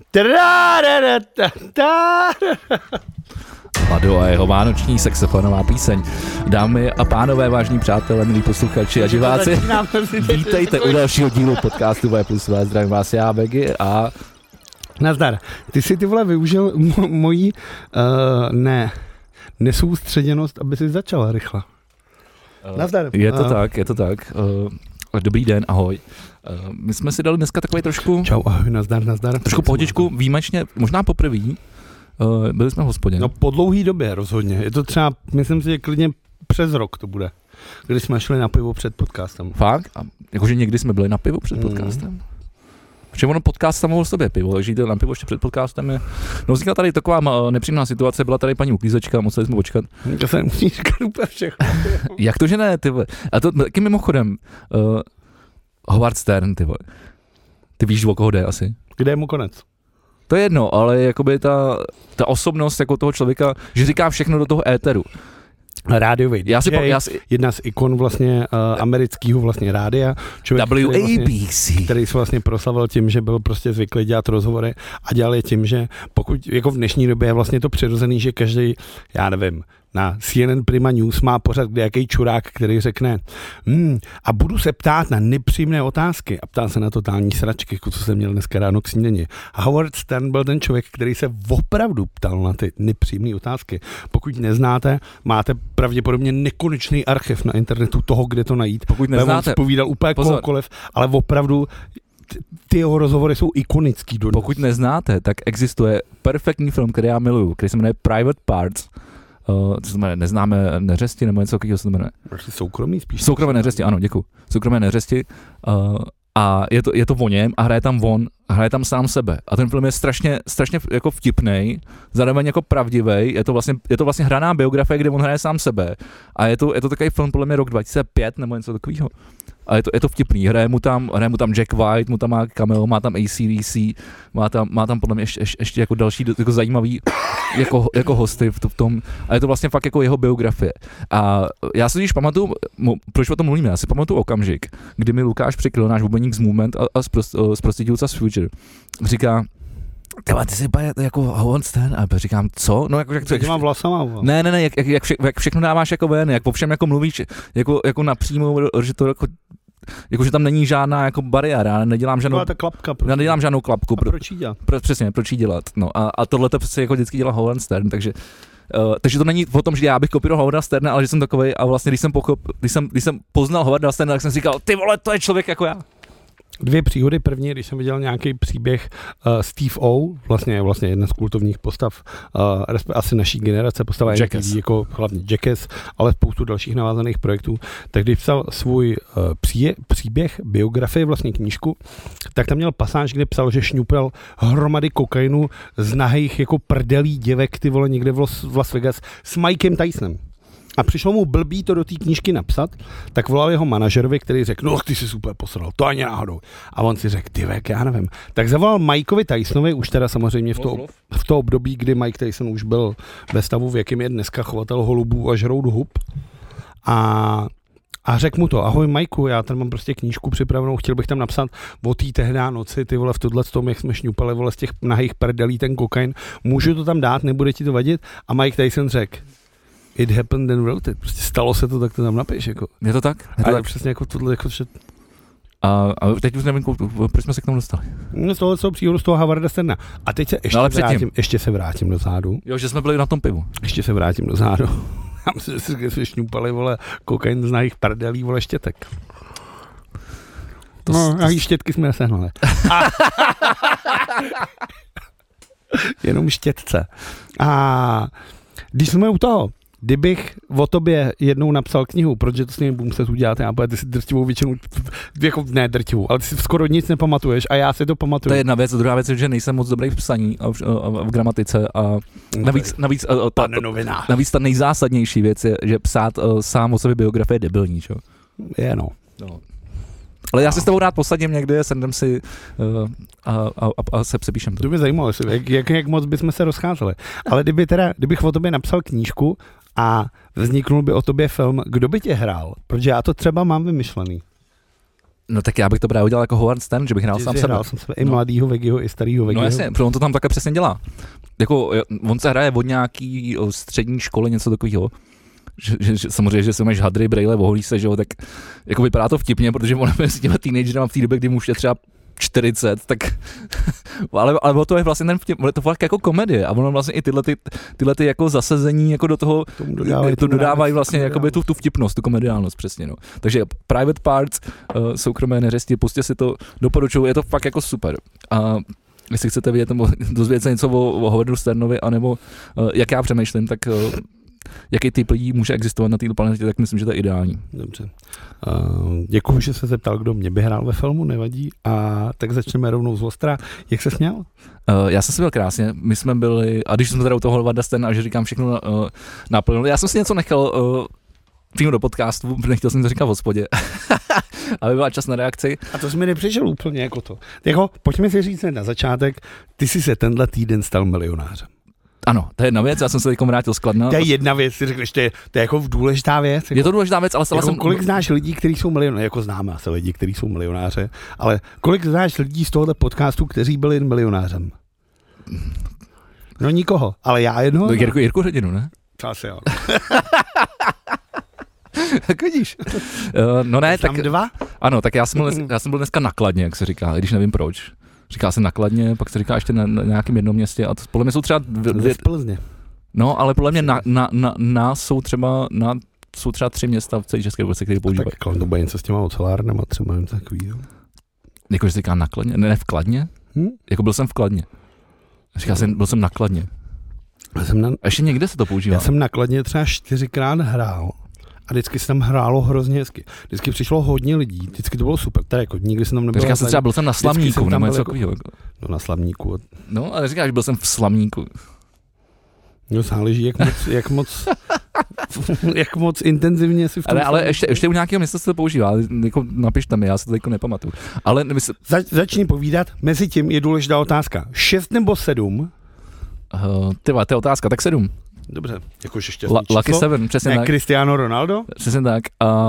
Lado a jeho vánoční saxofonová píseň. Dámy a pánové, vážní přátelé, milí posluchači a diváci, vítejte u dalšího dílu podcastu V plus V. Zdravím vás já, Begy, a... Nazdar. Ty si, ty vole, využil mojí nesoustředěnost, aby si začala rychle. Nazdar. Je to tak. Dobrý den, ahoj. My jsme si dali dneska takový trošku... Čau, ahoj, nazdar. Trošku pohodičku, výjimečně, možná poprvé. Byli jsme v hospodě. No po dlouhý době rozhodně. Je to třeba, myslím si, že klidně přes rok to bude. Když jsme šli na pivo před podcastem. Fakt? A jakože někdy jsme byli na pivo před podcastem? Protože ono podcast samo o sobě pivo, takže jít na pivo ještě před podcastem je... No vznikla tady taková nepříjemná situace, byla tady paní uklízečka, museli jsme počkat. To se musí říkat úplně všechno. Jak to, že ne, ty vole? A to taky mimochodem, Howard Stern, ty vole. Ty víš, o koho jde asi? Kde je mu konec? To je jedno, ale jakoby ta osobnost jako toho člověka, že říká všechno do toho éteru. Rádiový DJ, jedna z ikon vlastně amerického vlastně rádia. WABC. Který se vlastně proslavil tím, že byl prostě zvyklý dělat rozhovory a dělal je tím, že pokud jako v dnešní době je vlastně to přirozený, že každý, já nevím, na CNN Prima News má pořád nějaký čurák, který řekne a budu se ptát na nepříjemné otázky a ptá se na totální sračky, jako co jsem měl dneska ráno k snídani. A Howard Stern byl ten člověk, který se opravdu ptal na ty nepříjemné otázky. Pokud neznáte, máte pravděpodobně nekonečný archiv na internetu toho, kde to najít. Pokud neznáte, on povídal úplně kohokoliv, ale opravdu ty jeho rozhovory jsou ikonický dodnes. Pokud neznáte, tak existuje perfektní film, který já miluju, který se jmenuje Private Parts. Co se jmenuje, neznáme neřesti, nebo něco takového se jmenuje. Soukromý spíš. Soukromé neřesti, ano, děkuji. Soukromé neřesti. A je to o něm a hraje tam sám sebe. A ten film je strašně jako vtipnej, zároveň jako pravdivej, je to vlastně hraná biografie, kde on hraje sám sebe. A je to takový film podle mě rok 2005 nebo něco takového. A je to vtipný, hraje mu tam Jack White, mu tam má cameo, má tam AC/DC, má tam podle mě ještě jako další jako zajímavý jako hosty v tom. A je to vlastně fakt jako jeho biografie. A já si když pamatuju, proč o tom mluvíme, já si pamatuju okamžik, kdy mi Lukáš Přikryl, náš bubeník z Movement a z Prostitutes z Future, říká, ty jsi jako Howard Stern, a říkám, co? No jako jak mám vlasama. Ne, jak všechno dáváš jako ven, jak po všem jako mluvíš, jako napřímo, že to jako že tam není žádná jako bariéra, nedělám žádnou klapku. Proč jí dělat? Přesně, proč jí dělat. No a tohle to přesně jako vždycky dělal Howard Stern, takže to není o tom, že já bych kopíroval Howarda Sterna, ale že jsem takovej a vlastně když jsem poznal Howarda Sterna, tak jsem si říkal, ty vole, to je člověk jako já. Dvě příhody. První, když jsem viděl nějaký příběh Steve O, vlastně jedna z kultovních postav, asi naší generace, postava jako hlavně Jackass, ale spoustu dalších navázaných projektů, tak když psal svůj příběh, biografii, vlastně knížku, tak tam měl pasáž, kde psal, že šňupal hromady kokainu z nahých jako prdelí děvek, ty vole, někde v Las Vegas s Mikem Tysonem. A přišlo mu blbý to do té knížky napsat, tak volal jeho manažerovi, který řekl, no ty jsi super posral, to ani náhodou. A on si řekl, tyvek, já nevím. Tak zavolal Mikeovi Tysonovi, už teda samozřejmě v to období, kdy Mike Tyson už byl ve stavu, v jakém je dneska chovatel holubů a žrout hub. A řekl mu to, ahoj Majku, já tady mám prostě knížku připravenou, chtěl bych tam napsat o té tehdá noci, ty vole, v tohletom, jak jsme šňupali, vole, z těch nahých prdelí ten kokain, můžu to tam dát, nebude ti to vadit? A Mike Tyson řekl, it happened and wrote it. Prostě stalo se to, tak to tam napiš, jako. Je to tak? Přesně jako tohle, jako vše. A teď už nevím, proč jsme se k tomu dostali. No z toho příhodu z toho Howarda Sterna. A teď se ještě se vrátím do zádu. Jo, že jsme byli na tom pivu. Ještě se vrátím do zádu. Já myslím, že si šňupali, vole, kokain z nahých prdelí, vole, štětek. A štětky jsme nesehnali. Jenom štětce. A když jsme u toho, kdybych o tobě jednou napsal knihu, protože to s ním budu muset udělat, já ty si drtivou většinu, jako ne drtivou, ale ty si skoro nic nepamatuješ a já si to pamatuju. To je jedna věc, druhá věc je, že nejsem moc dobrý v psaní a v gramatice a navíc ta nejzásadnější věc je, že psát sám o sobě biografie je debilní, čo? Je no. Ale já si s tebou rád posadím někde, sedem si a se přepíšem to. To by zajímalo, jak moc bychom se rozcházeli. Ale kdybych o tobě napsal knížku a vzniknul by o tobě film, kdo by tě hrál? Protože já to třeba mám vymyšlený. No tak já bych to právě udělal jako Howard Stern, že bych hrál sám sebe. I mladýho Vegiho, i starýho Vegiho. No jasně, protože on to tam také přesně dělá. Jako, on se hraje od nějaký střední školy, něco takového. Že samozřejmě, že se máš hadry, brejle, voholí se, že jo, tak jako vypadá to vtipně, protože on je s těma teenagerama v té době, kdy mu už je třeba 40, tak ale to je vlastně ten vtip, to fakt jako komedie a ono vlastně i tyhle ty jako zasazení jako do toho to dodávají vlastně jakoby tu vtipnost, tu komediálnost přesně, no. Takže Private Parts, soukromé neřesti, pusťte si to, doporučuji, je to fakt jako super. A jestli chcete vědět nebo dozvědět se něco o Howardu Sternovi, anebo jak já přemýšlím, tak jaký typ lidí může existovat na této planetě, tak myslím, že to je ideální. Dobře. Děkuji, že se zeptal, kdo mě by hrál ve filmu, nevadí. A tak začneme rovnou z ostra. Jak se směl? Já jsem si byl krásně, my jsme byli, a když jsme tady u toho Howarda Sterna, a že říkám všechno naplnil, já jsem si něco nechal přímo do podcastu, nechtěl jsem to říkat v hospodě, aby byla čas na reakci. A to jsi mi nepřišel úplně jako to. Jako, pojďme si říct na začátek, ty jsi se tenhle týden stal milionářem. Ano, to je jedna věc, já jsem se teď vrátil z Kladna. To je jedna věc, ty řekneš, to je jako důležitá věc. Jako, je to důležitá věc, ale stala jsem... Kolik znáš lidí, kteří jsou milionáři, jako známe asi lidi, kteří jsou milionáře, ale kolik znáš lidí z tohoto podcastu, kteří byli milionářem? No nikoho, ale já jednoho. No, Jirku Hrdinu, ne? Asi jo. Tak vidíš. No ne, tak... dva? Ano, tak já jsem byl dneska na Kladně, jak se říká, když nevím proč. Říká se na Kladně, pak se říká ještě na nějakém jednom městě a to podle mě jsou třeba dvě... Plzně. No, ale podle mě jsou třeba 3 města v celé České republice, které používají. Tak to bude něco s těma ocelárnama, třeba něco takového. Jakože se říká na Kladně? Ne v Kladně? Jako byl jsem v Kladně. Říká jsem, byl jsem na Kladně. A ještě někde se to používá. Já jsem na Kladně třeba 4krát hrál. A vždycky se tam hrálo hrozně hezky. Vždycky přišlo hodně lidí, vždycky to bylo super. Tady jako nikdy se tam nebylo. Říká se třeba, byl jsem na Slavníku, nebo něco takového. No na Slavníku. No, ale říkáš, byl jsem v Slavníku. No záleží, jak moc intenzivně si v tom... Ale ještě u nějakého města se to používá, jako napište mi, já se to jako nepamatuju. Ale Začni povídat, mezi tím je důležitá otázka. 6 nebo 7? To je otázka, tak 7. Dobře, jakož ještě číslo. Lucky 7, přesně tak. Cristiano Ronaldo? Přesně tak.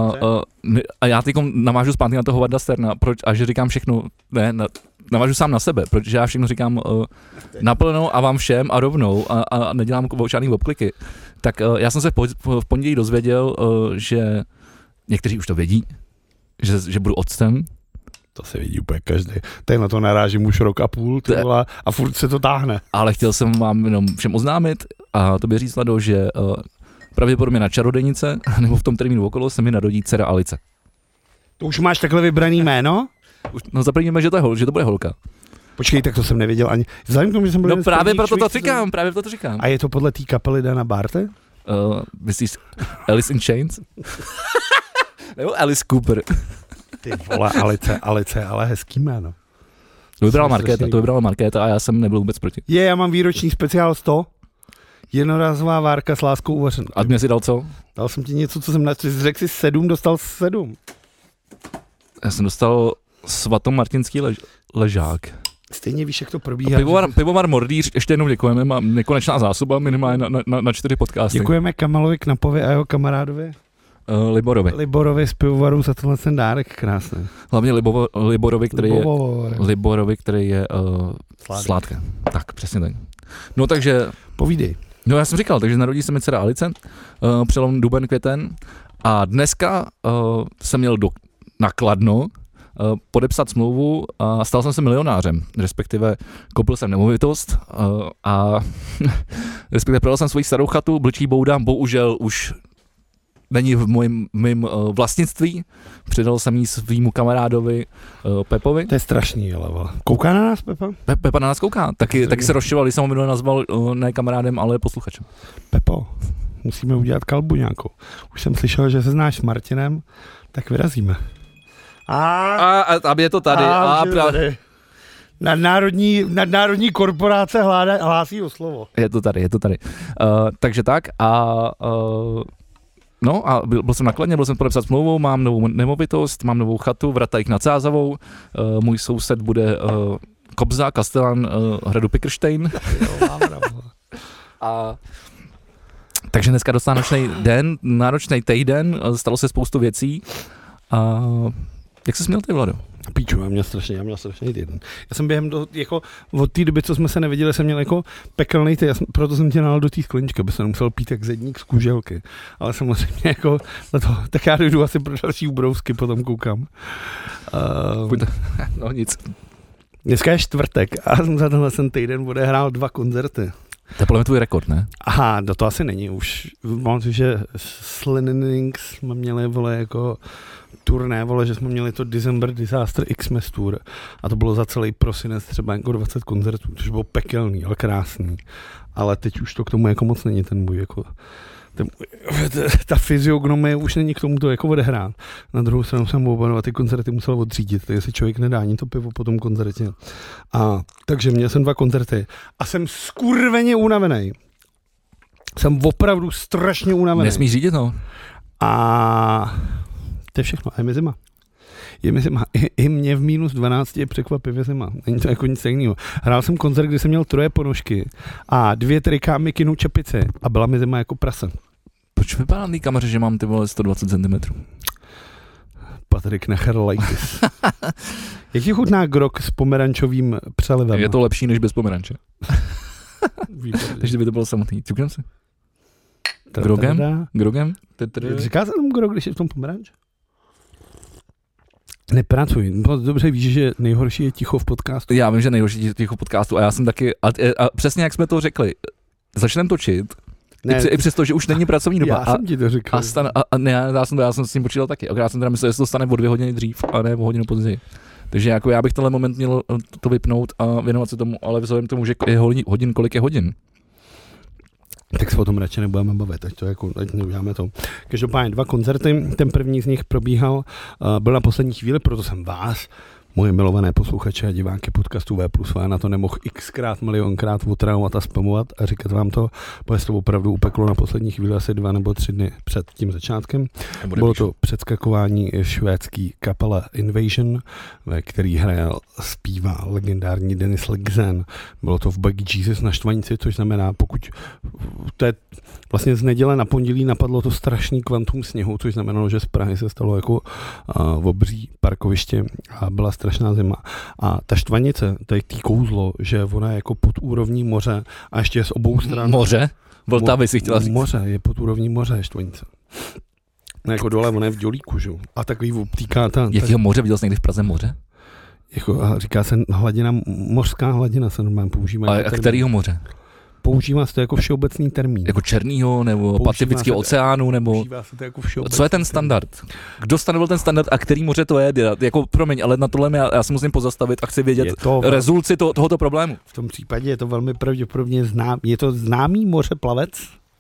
A já teď navážu zpátky na toho Howarda Sterna, a že říkám všechno, navážu sám na sebe, protože já všechno říkám naplno a vám všem a rovnou a nedělám žádný obkliky. Tak já jsem se v pondělí dozvěděl, že někteří už to vědí, že budu otcem. To se vidí úplně každý. Tady na to narážím už rok a půl, a furt se to táhne. Ale chtěl jsem vám jenom všem oznámit a tobě říct, Lado, že pravděpodobně na čarodějnice, nebo v tom termínu okolo, se mi narodí dcera Alice. To už máš takhle vybraný jméno? No zaprvíme, že to bude holka. Počkej, tak to jsem nevěděl ani. Vzhledem k tomu, že jsem byl no právě proto to říkám. A je to podle té kapely Dana Barte? Myslíš Alice in Chains? Nebo Alice Cooper? Ty vole, Alice, ale hezký jméno. To vybrala Markéta a já jsem nebyl vůbec proti. Já mám výroční speciál 100. Jednorázová várka s láskou uvařenou. A mě si dal co? Dal jsem ti něco, co jsem řekl si 7, dostal 7. Já jsem dostal svatomartinský ležák. Stejně víš, jak to probíhá. Pivovar Mordýř, ještě jednou děkujeme, má nekonečná zásoba, minimálně na 4 podcasty. Děkujeme Kamalovi Knapovi a jeho kamarádovi. Liborovi z pivovaru za tenhle ten dárek, krásný. Hlavně Liborovi, který je sládka. Tak, přesně tak. No takže... Povídej. No já jsem říkal, takže narodí se mi dcera Alice, přelom duben, květen a dneska jsem měl na Kladno podepsat smlouvu a stal jsem se milionářem, respektive koupil jsem nemovitost a respektive prodal jsem svoji starou chatu, Blčí bouda, bohužel už není v mým vlastnictví, předal jsem ji svýmu kamarádovi Pepovi. To je strašný, ale kouká na nás Pepa? Pepa na nás kouká, taky se rozčival, když jsem ho minule nazval ne kamarádem, ale posluchačem. Pepo, musíme udělat kalbu nějakou. Už jsem slyšel, že se znáš s Martinem, tak vyrazíme. A je to tady. Nadnárodní korporace hlásí o slovo. Je to tady. Takže tak no a byl jsem na Kladně, byl jsem podepsat smlouvu, mám novou nemovitost, mám novou chatu v Ratajích nad Sázavou, můj soused bude Kobza, Kastelán hradu Pickerstein. Takže dneska dostal náročný týden, stalo se spoustu věcí a Jak jsi měl ty, Vlado? Píču, já měl strašně týden. Já jsem během od té doby, co jsme se neviděli, jsem měl jako pekelný ty, proto jsem tě nalal do té skleničky, aby jsem nemusel pít jak zedník z kuželky. Ale samozřejmě jako na to, tak já dojdu asi pro další ubrousky, potom koukám. No nic. Dneska je čtvrtek a jsem za tenhle týden odehrál 2 koncerty. To je podle mě tvůj rekord, ne? Aha, to asi není už. Mám si, že Slinings jsme měli, vole, jako turné, vole, že jsme měli to December Disaster Xmas Tour a to bylo za celý prosinec třeba jako 20 koncertů, což bylo pekelný, ale krásný. Ale teď už to k tomu jako moc není ten můj, jako ta fyziognomie už není k tomu to jako odehrát. Na druhou stranu jsem oba ty koncerty musel odřídit, takže si člověk nedá ani to pivo po tom koncertě. Takže měl jsem 2 koncerty a jsem skurveně unavený. Jsem opravdu strašně unavený. Nesmíš řídit, no. A to je všechno. A je mi zima. I mě v -12 je překvapivě zima. Není to jako nic jiného. Hrál jsem koncert, kdy jsem měl 3 ponožky a 2 triká mikinu čepici a byla mi zima jako prase. Proč vypadá na té kameře, že mám ty vole 120 cm? Patrik Nacherlaitis. Jak ti chutná grog s pomerančovým přelivem? Je to lepší než bez pomeranče. Takže by to bylo samotný. Čuknem si. Grogem? Říká se tomu grog, když je v tom pomeranč? Nepracuj. Dobře víš, že nejhorší je ticho v podcastu. Já vím, že nejhorší je ticho v podcastu a já jsem taky, a přesně jak jsme to řekli, začneme točit, i přesto, že už není pracovní doba. Já jsem ti to říkal. Já jsem s tím počítal taky, akorát jsem teda myslel, že se to stane o 2 hodiny dřív a ne o hodinu později. Takže jako já bych tenhle moment měl to vypnout a věnovat se tomu, ale vzhledem k tomu, že je hodin, kolik je hodin. Tak se o tom radši nebudeme bavit, ať neuděláme to. Každopádně 2 koncerty, ten první z nich probíhal, byl na poslední chvíli, proto jsem vás, moje milované posluchače a diváky podcastu V+, na to nemohl xkrát, milionkrát otravovat a spamovat a říkat vám to, protože to opravdu upeklo na poslední chvíli asi 2 nebo 3 dny před tím začátkem. Bylo to předskakování švédský kapela Invasion, ve který zpívá legendární Dennis Lyxzén. Bylo to v Baggy Jesus na Štvanici, což znamená, pokud to je vlastně z neděle na pondělí napadlo to strašný kvantum sněhu, což znamenalo, že z Prahy se stalo jako obří parkoviště a byla strašná zima. A ta Štvanice, to je tý kouzlo, že ona je jako pod úrovní moře a ještě z obou stran. Moře? Vltavy si chtěla říct. Moře, je pod úrovní moře Štvanice. No jako dole, ona je v Dělíku, že? A takový obtýká ta... Jakýho moře? Viděl jsi někdy v Praze moře? Jako, říká se hladina, mořská hladina se normálně používá. A kterýho moře? Používá se to jako všeobecný termín. Jako Černýho, nebo Pacifického oceánu, nebo... Používá se to jako všeobecný. Co je ten standard? Kdo stanovil ten standard a který moře to je? Jako, promiň, ale na tohle já se musím pozastavit a chci vědět rezulci tohoto problému. V tom případě je to velmi pravděpodobně je to známý mořeplavec,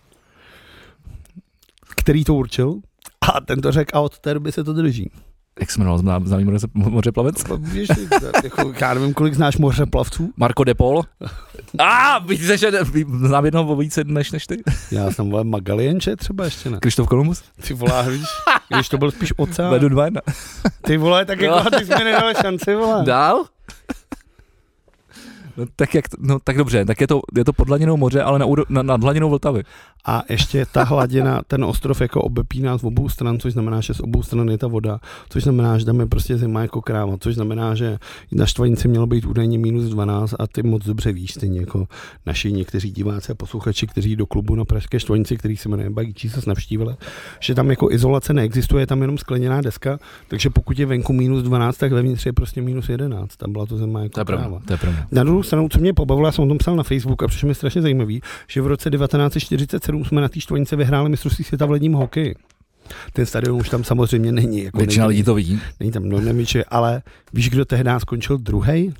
který to určil a ten to řekl a od té doby se to drží. Jak se jmenoval známý mořeplavec? Jako, já nevím, kolik znáš mořeplavců. Marco de Pol? Víte, že znám jednoho více než ty? Já jsem vole Magalienče třeba ještě ne. Krištof Kolumbus? Ty vole, víš, když to byl spíš oceán. Vedu 2. Ty vole, tak jako ty jsi mi nedal šanci, vole. Dál? Tak dobře, tak je to pod hladinou moře, ale nad hladinou Vltavy. A ještě ta hladina, ten ostrov jako obepíná z obou stran, což znamená, že z obou stran je ta voda, což znamená, že tam je prostě zima jako kráva, což znamená, že na Štvanici mělo být údajně -12 a ty moc dobře víš, stejně jako naši někteří diváci a posluchači, kteří do klubu na pražské Štvanici, který se jmenuje Baggy Jesus, navštívili, že tam jako izolace neexistuje, tam jenom skleněná deska, takže pokud je venku -12, tak vevnitř je prostě -11. Tam byla to zima jako kráva. To je pravda. Na druhou stranu, co mě pobavilo, já jsem o tom psal na Facebook a přišlo mi strašně zajímavý, že v roce 1947 jsme na té Štvanici vyhráli mistrovství světa v ledním hokeji. Ten stadion už tam samozřejmě není. Jako většina lidí to ví. Není tam Nemiče, ale víš, kdo tehdy skončil druhej?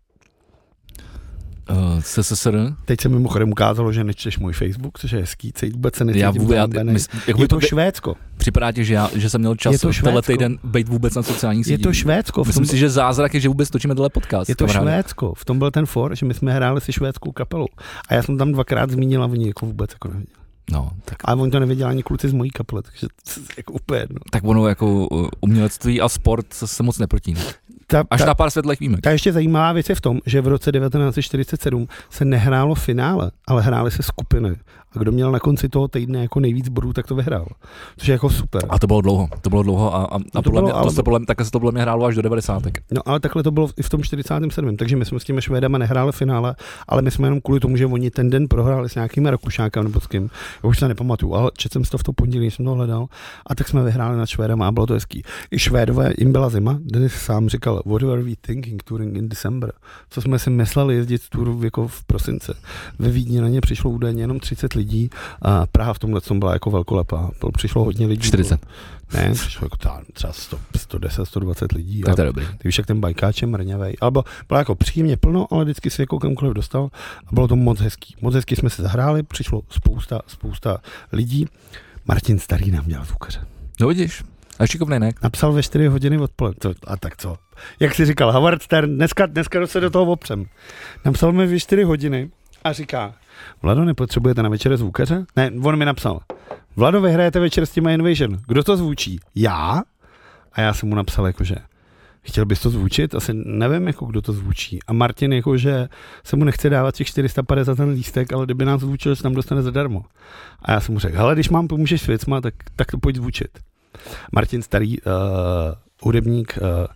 SSSR. Teď se mimochodem ukázalo, že nečteš můj Facebook, což je hezký, vůbec se necítím zahambený. Je to Švédsko. Připadá ti, že jsem měl čas tenhle týden být vůbec na sociálních sítích. Je to Švédsko. Myslím si, že zázrak je, že vůbec točíme tenhle podcast. Je to Švédsko. V tom byl ten for, že my jsme hráli si švédskou kapelu. A já jsem tam 2krát zmínila, oni jako vůbec jako neviděli. No, tak. Ale on to nevěděl ani kluci z mojí kaple, takže to je jako úplně jedno. Tak ono jako umělectví a sport se moc neprotíná. Až na pár světlých výjimek. Ta ještě zajímavá věc je v tom, že v roce 1947 se nehrálo finále, ale hrály se skupiny. A kdo měl na konci toho týdne jako nejvíc bodů, tak to vyhrál. Což je jako super. A to bylo dlouho a takhle se to podle mě hrálo až do 90. No ale takhle to bylo i v tom 47. Takže my jsme s těmi Švédama nehráli finále, ale my jsme jenom kvůli tomu, že oni ten den prohráli s nějakými Rakušákem nebo s kým. Já už se nepamatuju, ale četl jsem to v to pondělí, jsem to hledal. A tak jsme vyhráli nad Švédama a bylo to hezký. I Švédové, jim byla zima, Denis sám říkal, what were we thinking touring in December? Co jsme si mysleli jezdit tour jako v prosince. Ve Vídni na ně přišlo údajně jenom 30 lidí a Praha v tomhle byla jako velkolepá. Přišlo hodně lidí. 40. Ne, přišlo jako třeba 110, 120 lidí. Tak to je dobrý. Ty víš, jak ten bajkáč je mrňavej. Ale bylo jako příjemně plno, ale vždycky se jako kamkoliv dostal a bylo to moc hezký. Moc hezky jsme se zahráli, přišlo spousta lidí. Martin Starý nám dělal zvukaře. No vidíš, a šikovnej, ne? Napsal ve 4 hodiny odpoledne. A tak co? Jak jsi říkal, Howard Stern, dneska se do toho opřem. Napsal mi ve 4 hodiny a říká, Vlado, nepotřebujete na večer zvukaře? Ne, on mi napsal, Vlado, vyhrajete večer s těma Invasion. Kdo to zvučí? Já? A já jsem mu napsal jakože, chtěl bys to zvučit? Asi nevím, jako kdo to zvučí. A Martin jakože se mu nechce dávat těch 450 za ten lístek, ale kdyby nás zvučil, se tam dostane zadarmo. A já jsem mu řekl, hele, když mám pomůžeš s věcma, tak to pojď zvučit. Martin Starý, hudebník,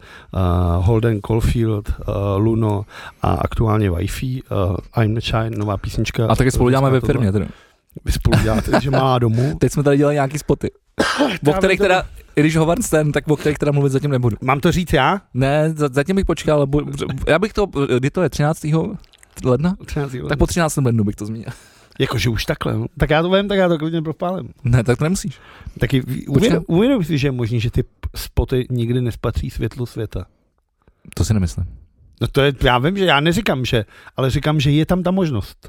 Holden Caulfield, Luno a aktuálně Wi-Fi, I'm the Shine, nová písnička. A taky spolu děláme ve firmě teda. Vy spolu děláte, že má domů. Teď jsme tady dělali nějaký spoty. O kterých teda, i když Howard Stern, tak o kterých teda mluvit zatím nebudu. Mám to říct já? Ne, zatím bych počkal, ale já bych to, kdy to je, 13. ledna? 13. ledna. Tak po 13. lednu bych to zmínil. Jakože už takhle, no. Tak já to vím, tak já to klidně propálím. Ne, tak to nemusíš. Taky uvědom si, že je možný, že ty spoty nikdy nespatří světlu světa. To si nemyslím. No to je, já vím, že já neříkám, že, ale říkám, že je tam ta možnost.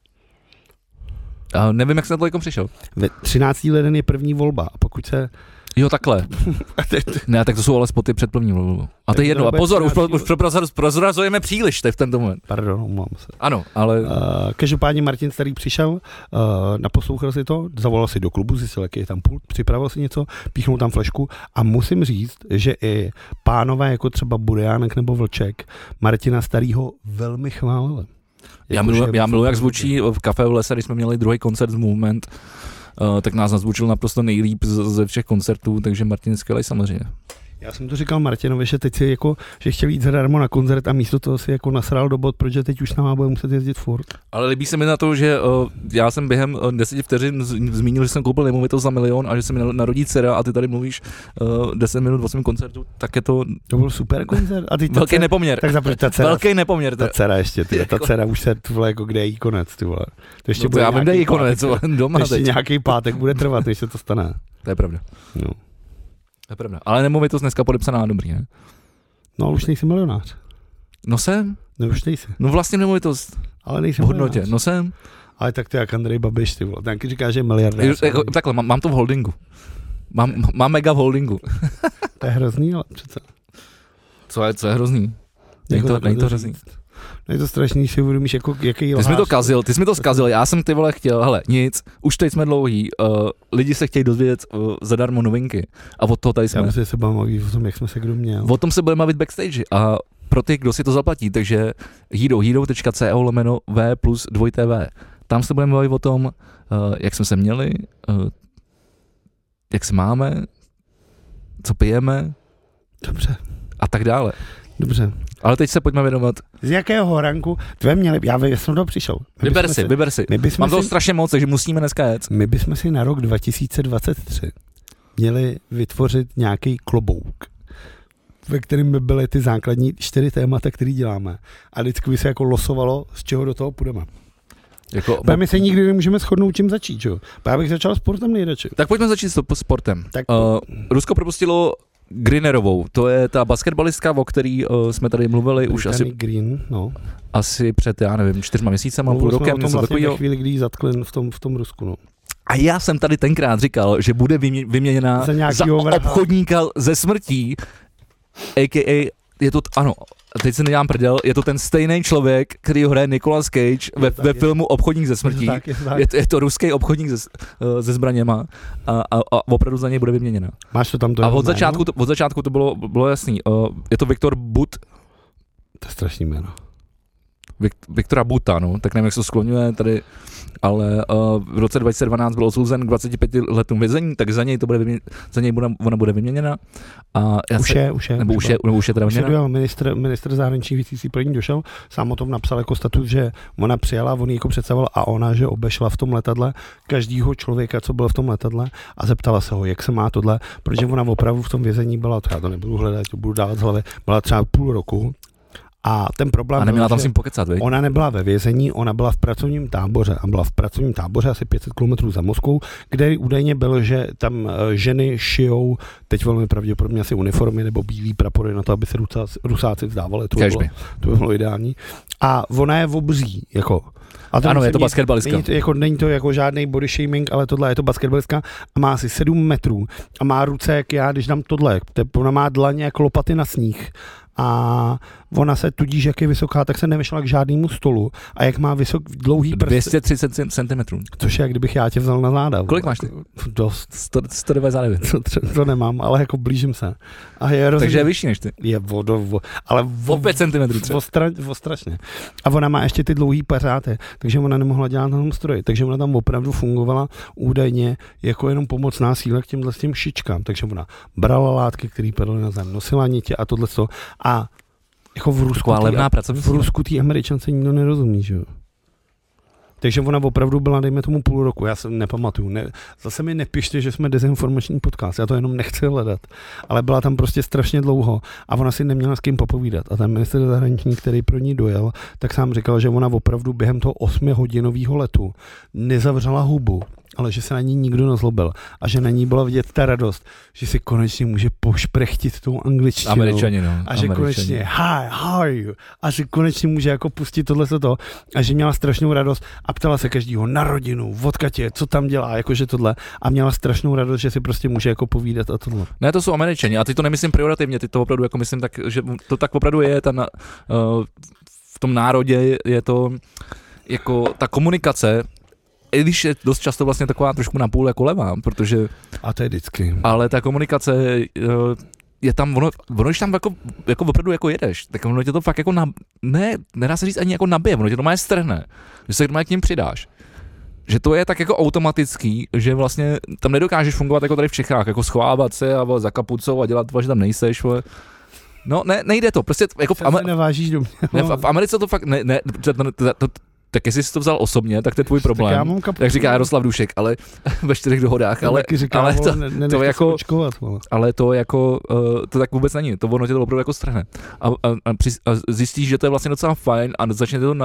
A nevím, jak jsi na to jako přišel. Ve 13. leden je první volba a pokud se... Jo, takhle. Ne, tak to jsou ale spoty před první volbou. A to je jedno. A pozor, už prozrazujeme příliš v tento moment. Pardon, umám se. Ano, ale... Každopádně Martin Starý přišel, naposlouchal si to, zavolal si do klubu, zjistil, jaký je tam pult, připravil si něco, píchnul tam flešku a musím říct, že i pánové jako třeba Budejánek nebo Vlček Martina Starýho velmi chválili. Já miluji, jak zvučí v Café v lese, když jsme měli druhý koncert z Movement, tak nás nazvučil naprosto nejlíp ze všech koncertů, takže Martin skvělej samozřejmě. Já jsem to říkal Martinovi, že teď si jako, že chtěl jít zadarmo na koncert a místo toho si jako nasral do bod, protože teď už nám bude muset jezdit furt. Ale líbí se mi na to, že já jsem během 10 vteřin zmínil, že jsem koupil nemovitost za 1 milion a že se mi narodí dcera a ty tady mluvíš 10 minut o svém koncertu, tak je to... To byl super koncert. A teď velký nepoměr. Tak zaprvé ta dcera. Velký nepoměr. Ta dcera ještě, ta dcera už se tu jako kde je jí konec, ty vole. To ještě no to já vím, kde je jí konec, doma ještě nějaký pátek bude trvat, než se to stane. To je pravda. No. To je pravda. Ale nemovitost dneska podepsaná dobrý, ne? No, už nejsi milionář. No jsem. No už nejsi. No vlastně nemovitost. Ale nejsem v hodnotě. milionář. No jsem. Ale tak to jak Andrej Babiš, ty vole. Ten říká, že je miliardář. Takhle, mám to v holdingu. Mám mega v holdingu. To je hrozný, ale přece. Co je hrozný? Není to hrozný. Je to strašný, si uvědomíš, jako, jaký lhář. Ty jsi mi to zkazil, já jsem ty vole chtěl, hele, nic, už teď jsme dlouhý, lidi se chtějí dozvědět zadarmo novinky a od toho tady jsme. Já myslím, že se budeme bavit o tom, jak jsme se kdo měl. O tom se budeme bavit backstage a pro ty, kdo si to zaplatí, takže hero.co/v+2tv. Tam se budeme bavit o tom, jak jsme se měli, jak se máme, co pijeme. Dobře. A tak dále. Dobře. Ale teď se pojďme věnovat. Z jakého ranku? Tvé měli, já jsem to přišel. Vyber si. Mám toho strašně moc, takže musíme dneska jet. My bychom si na rok 2023 měli vytvořit nějaký klobouk, ve kterém by byly ty základní 4 témata, které děláme. A vždycky by se jako losovalo, z čeho do toho půjdeme. My se nikdy nemůžeme shodnout, čím začít, jo? Já bych začal sportem nejradši. Tak pojďme začít s sportem. Rusko propustilo Grinerovou, to je ta basketbalistka, o který jsme tady mluvili už asi před, já nevím, 4 měsícema, půl rokem. Mluvili jsme o tom vlastně ve chvíli, kdy jí zatkli v tom Rusku, no. A já jsem tady tenkrát říkal, že bude vyměněna za obchodníka ze smrtí, a.k.a. je to, ano, teď se nedělám prdel, je to ten stejný člověk, který hraje Nicolas Cage ve filmu Obchodník ze smrtí. Je to ruský obchodník se zbraněma a opravdu za něj bude vyměněna. Máš to tam to? A od začátku to bylo jasný. Je to Viktor But. To je strašný jméno. Viktora Buta, no, tak nevím, jak se to skloňuje tady, ale v roce 2012 byl odsouzen k 25 letům vězení, tak za něj ona bude vyměněna. A už je teda vyměněna. Ministr zahraničních věcí si pro ní došel, sám o tom napsal jako statut, že ona přijala, on ji jako představoval a ona, že obešla v tom letadle každýho člověka, co byl v tom letadle a zeptala se ho, jak se má tohle, protože ona opravdu v tom vězení byla, já to nebudu hledat, to budu dávat z hlavy, byla třeba půl roku. A ten problém. A neměla tam s ním pokecat, vej? Ona nebyla ve vězení, ona byla v pracovním táboře a byla v pracovním táboře asi 500 km za Moskvou, kde údajně bylo, že tam ženy šijou teď velmi pravděpodobně asi uniformy nebo bílý prapory na to, aby se Rusáci vzdávali. To by bylo ideální. A ona je v obří, jako. Ano, je to basketbalistka. Není to jako žádný body shaming, ale tohle je to basketbalistka a má asi 7 metrů a má ruce jak já, když dám tohle. Ona má dlaně jako lopaty na sníh. A ona se tudíž, jak je vysoká, tak se nevešla k žádnému stolu. A jak má dlouhý prst... 230 cm. Což je, jak kdybych já tě vzal na záda. Kolik máš ty? Dost. 199. To nemám, ale jako blížím se. A takže je vyšší než ty. Je ale o 5 cm třeba. Strašně. A ona má ještě ty dlouhý pařáty, takže ona nemohla dělat na tom stroji. Takže ona tam opravdu fungovala údajně jako jenom pomocná síla k těmhle s těm šičkám. Takže ona brala látky, které padaly na zem, nosila nitě a tohleto. A jako v Rusku tý Američance nikdo nerozumí, že jo. Takže ona opravdu byla, dejme tomu půl roku, já se nepamatuju. Zase mi nepište, že jsme dezinformační podcast, já to jenom nechci hledat. Ale byla tam prostě strašně dlouho a ona si neměla s kým popovídat. A ten ministr zahraniční, který pro ní dojel, tak sám říkal, že ona opravdu během toho 8hodinového letu nezavřela hubu, ale že se na ní nikdo nezlobil a že na ní byla vidět ta radost, že si konečně může pošprechtit tou angličtinou. Američani, no. A že konečně hi, a že konečně může jako pustit tohleto a že měla strašnou radost a ptala se každýho na rodinu, odkatě, co tam dělá, jakože tohle a měla strašnou radost, že si prostě může jako povídat a tohle. Ne, to jsou Američani a ty to nemyslím pejorativně, ty to opravdu jako myslím tak, že to tak opravdu je, v tom národě je to jako ta komunikace, i když je dost často vlastně taková trošku napůl jako levá, protože... A to je vždycky. Ale ta komunikace je tam, ono když tam jako opravdu jako jedeš, tak ono tě to fakt jako nedá se říct ani jako nabije, ono tě to má strhne, že se k ním přidáš. Že to je tak jako automatický, že vlastně tam nedokážeš fungovat jako tady v Čechách, jako schovávat se a za kapucou a dělat to, že tam nejseš. No nejde to, prostě jako nevážíš do mě. V Americe to fakt tak jestli jsi to vzal osobně, tak to je tvůj problém. Jak říká Jaroslav Dušek, ale ve 4 dohodách, ale to jako, ale to jako, to tak vůbec není, to ono tě to opravdu jako strhne. A zjistíš, že to je vlastně docela fajn a začne to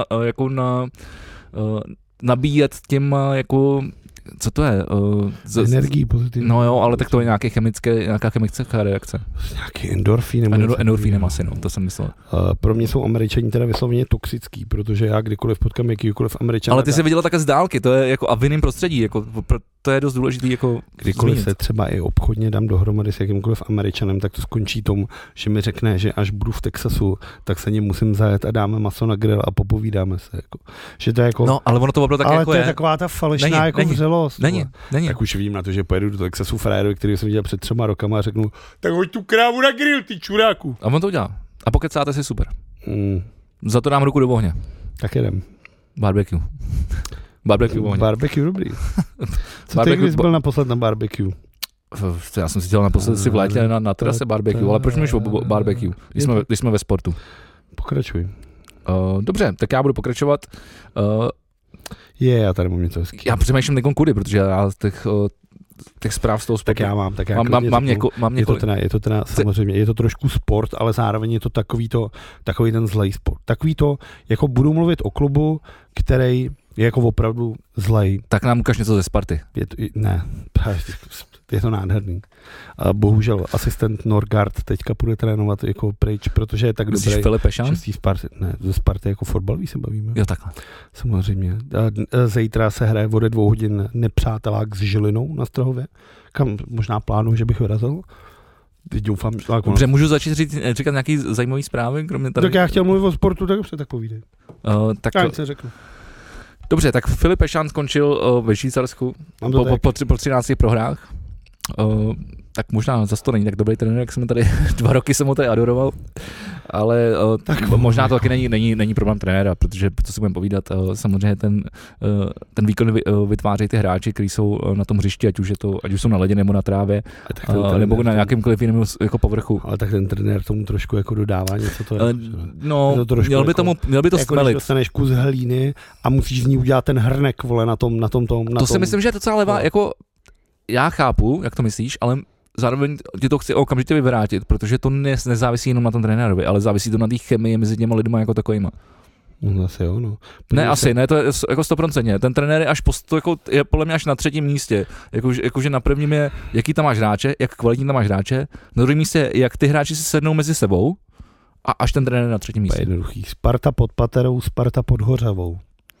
nabíjet tím jako, co to je? Energii pozitivní. No jo, ale tak to je nějaká chemická reakce. Nějaký endorfín. Endorfínem asi, no, to jsem myslel. Pro mě jsou Američani teda vysloveně toxický, protože já kdykoliv potkám jakýkoliv Američana. Ale ty jsi viděla také z dálky, to je jako a v jiném prostředí, jako to je dost důležitý jako kdykoliv zmínit. Se třeba i obchodně dám dohromady s jakýmkoliv Američanem, tak to skončí tomu, že mi řekne, že až budu v Texasu, tak se ním musím zajet a dáme maso na grill a popovídáme se. Jako. Že to je jako, no, ale ono to opravdu tak ale jako to je taková ta falešná jako vřelost. Není. Tak už vím na to, že pojedu do Texasu frajerovi, který jsem viděl před 3 rokama a řeknu, tak hoď tu krávu na grill, ty čuráku. A on to udělá. A pokecáte si super. Za to dám ruku do ohně. Tak jedem. Barbecue ohně. Barbecue dobrý. Co ty, když byl naposled na barbecue? Já jsem si dělal naposled si v létě na terase barbecue, ale proč mluvíš o barbecue, když jsme ve sportu? Pokračuj. Dobře, tak já budu pokračovat. Já tady mám něco hezký. Já přemýšlím někon kudy, protože já těch zpráv z toho sportu. Tak já mám. Mám několik. Je to teda samozřejmě, je to trošku sport, ale zároveň je to takový ten zlej sport. Takový to, jako budu mluvit o klubu, který je jako opravdu zlej. Tak nám ukaž něco ze Sparty. Je to nádherný. A bohužel asistent Norgard teďka půjde trénovat jako pryč, protože je tak dobrý. Myslíš Filip Pešan? Ze Sparty jako fotbalový se bavíme. Jo, takhle. Samozřejmě. Zítra se hraje ode 2 hodin nepřátelák s Žilinou na Strahově, kam možná plánuju, že bych vyrazil. doufám. Dobře, můžu začít říkat nějaký zajímavý zprávy, kromě tady. Tak já chtěl mluvit o sportu, tak povídej. Tak se řeknu. Dobře, tak Filip Ešán skončil ve Švýcarsku po 13 prohrách. Tak možná zase to není tak dobrý trenér, jak jsme tady 2 roky jsem ho tady adoroval, ale možná to taky není problém trenéra, protože, co si budeme povídat, samozřejmě ten výkon vytvářejí ty hráči, kteří jsou na tom hřišti, ať už jsou na ledě nebo na trávě, nebo na nějakémkoliv jiném jako povrchu. Ale tak ten trenér tomu trošku jako dodává něco, to je. Měl by to jako smelit. Když dostaneš kus hlíny a musíš z ní udělat ten hrnek, vole, na tom. To si myslím, že je docela levá, jako já chápu, jak to myslíš, ale zároveň ti to chci okamžitě vyvrátit, protože to nezávisí jenom na tom trenérovi, ale závisí to na té chemii mezi těma lidma jako takovýma. No asi jo, no. Ne, to je jako 100%. Ten trenér je je podle mě až na 3. místě. Jakože na prvním je, jaký tam máš hráče, jak kvalitní tam máš hráče, na druhém místě je, jak ty hráči si sednou mezi sebou a až ten trenér na 3. místě. Jednoduchý. Sparta pod Paterou, Sparta pod Hořavou.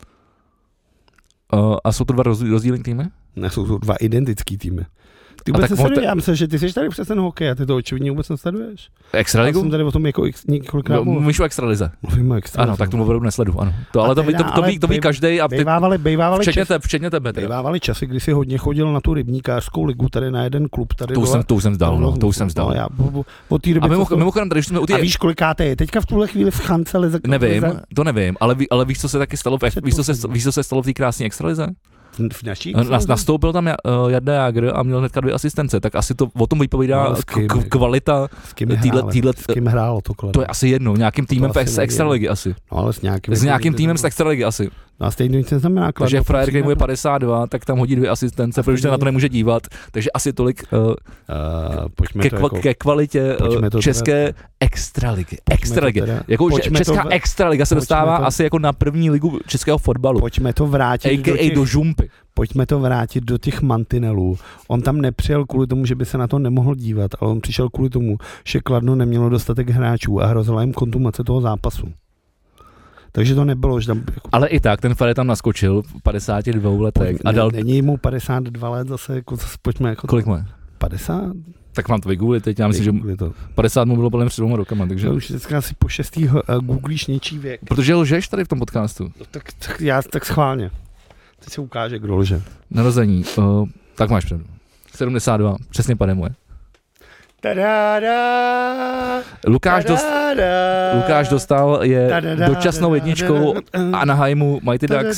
A jsou to 2 rozdílné týmy? Ne, jsou to 2 identický týmy. Ty vůbec já myslím, že ty jsi tady přes ten hokej a ty to očividně vůbec nesleduješ. Extraligu? Já jsem tady o tom jako několikrát mluvil. Mluvíš o extralize. Mluvím o extralize. Ano, tak tomu opravdu nesledu, ano. To ví každej a včetně tebe. Bývávaly časy, kdy jsi hodně chodil na tu rybníkářskou ligu, tady na jeden klub. Tady to už jsem vzdal. Od té doby. A mimochodem, tady jsme u A víš, kolikáte je teďka v tuhle chvíli v Chance lize? Nevím, ale víš, co se taky stalo v té krásné extralize? Nastoupil tam Jarda Jágr a měl hnedka 2 asistence, tak asi to o tom vypovídá kvalita. S kým hrálo to kolem? To je asi jedno, nějakým týmem z extraligy asi. No, ale s nějakým týmem z extraligy asi. No a stejně nic neznamená. Takže frajer, který mu je 52, tak tam hodí 2 asistence, protože se na to nemůže dívat. Takže asi tolik ke kvalitě české extraligy. Česká extraliga se dostává asi jako na první ligu českého fotbalu. Pojďme to vrátit do žumpy. Pojďme to vrátit do těch mantinelů. On tam nepřijel kvůli tomu, že by se na to nemohl dívat, ale on přišel kvůli tomu, že Kladno nemělo dostatek hráčů a hrozila jim kontumace toho zápasu. Takže to nebylo, že tam... Jako... Ale i tak, ten Fare tam naskočil v 52 letech a dal... Není mu 52 let zase, jako pojďme jako... Kolik má? 50? Tak mám to vygooglit teď, já myslím, že to. 50 mu bylo podle mě před 2 rokama, takže... No, už dneska asi po 6. googlíš něčí věk. Protože lžeš tady v tom podcastu. No, tak schválně. Teď se ukáže, kdo lže. Narození, tak máš předu. 72, přesně pade moje. Lukáš dostal je dočasnou jedničkou Anaheimu Mighty Ducks.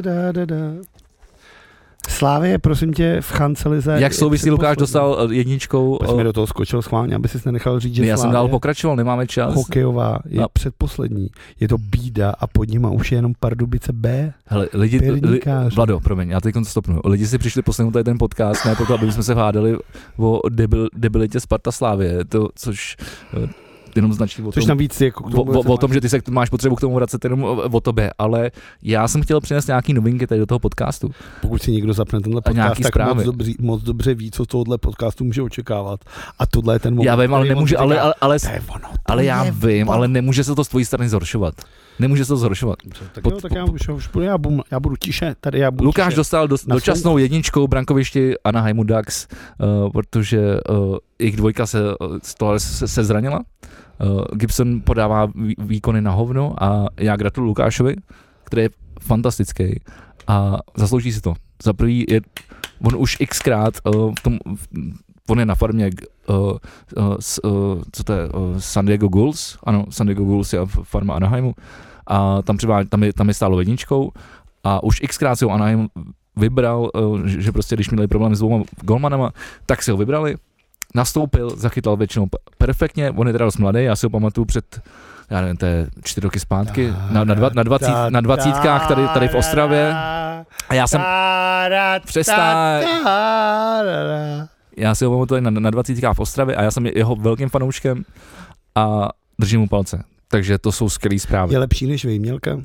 Slávě, prosím tě, v Chance lize. Jak souvisí Lukáš dostal jedničkou? Pojď mi do toho skočil schválně, aby si nenechal říct, že já jsem dál pokračoval, nemáme čas. Hokejová je předposlední. Je to bída a pod nima už je jenom Pardubice B. Hele, Vlado, promiň, já teď to stopnu. Lidi si přišli poslechnout tady ten podcast, ne proto, aby jsme se hádali o debilitě Sparta Slávě, to, což... jenom značí o tom, navíc jako o tom, že ty se máš potřebu k tomu vracet jenom o tobě, ale já jsem chtěl přinést nějaký novinky tady do toho podcastu. Pokud si někdo zapne tenhle podcast, tak moc dobře ví, co z tohohle podcastu může očekávat. A tohle je ten moment. Já vím, ale nemůže, ale já vím, ale nemůže se to z tvojí strany zhoršovat. Nemůže se to zhoršovat. Tak já budu tiše. Lukáš dostal dočasnou jedničkou brankovišti Anaheimu Ducks, protože jejich dvojka se zranila. Gibson podává výkony na hovno a já gratuluju Lukášovi, který je fantastický a zaslouží si to. Za prvý on už xkrát on je na farmě co to je, San Diego Gulls, ano, San Diego Gulls je farma Anaheimu a tam je stálo jedničkou a už xkrát si ho Anaheim vybral, že prostě když měli problém s 2 golmanama, tak si ho vybrali. Nastoupil, zachytal většinou perfektně, on je teda dost mladý, já si ho pamatuju před, já nevím, to je 4 roky zpátky, na 20kách tady v Ostravě a já jsem, přestaň, já si ho pamatuju na 20kách v Ostravě a já jsem jeho velkým fanouškem a držím mu palce, takže to jsou skvělý zprávy. Je lepší než Vejmělka?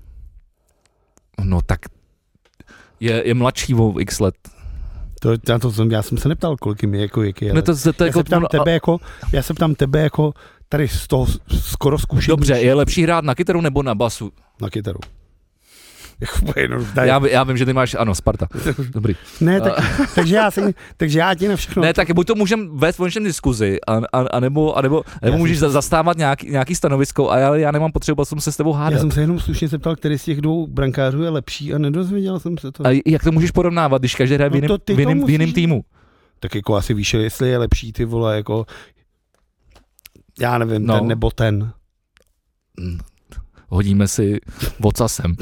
No tak je mladší o x let. Já jsem se neptal, kolik mi jako jaký je. No Já se ptám tebe jako tady z toho skoro zkušený. Dobře, je lepší hrát na kytaru nebo na basu? Na kytaru. Já vím, že ty máš, ano, Sparta. Dobrý. Ne, takže já ti na všechno. Ne, tak buď to můžeme vést o něčem diskuzi, anebo můžeš zastávat nějaký stanovisko a já nemám potřebu se s tebou hádat. Já jsem se jenom slušně zeptal, který z těch dvou brankářů je lepší a nedozvěděl jsem se to. A jak to můžeš porovnávat, když každý hraje v jiném týmu? Tak jako asi víš, jestli je lepší ty vole, jako já nevím, ten nebo ten. Hodíme si vocasem.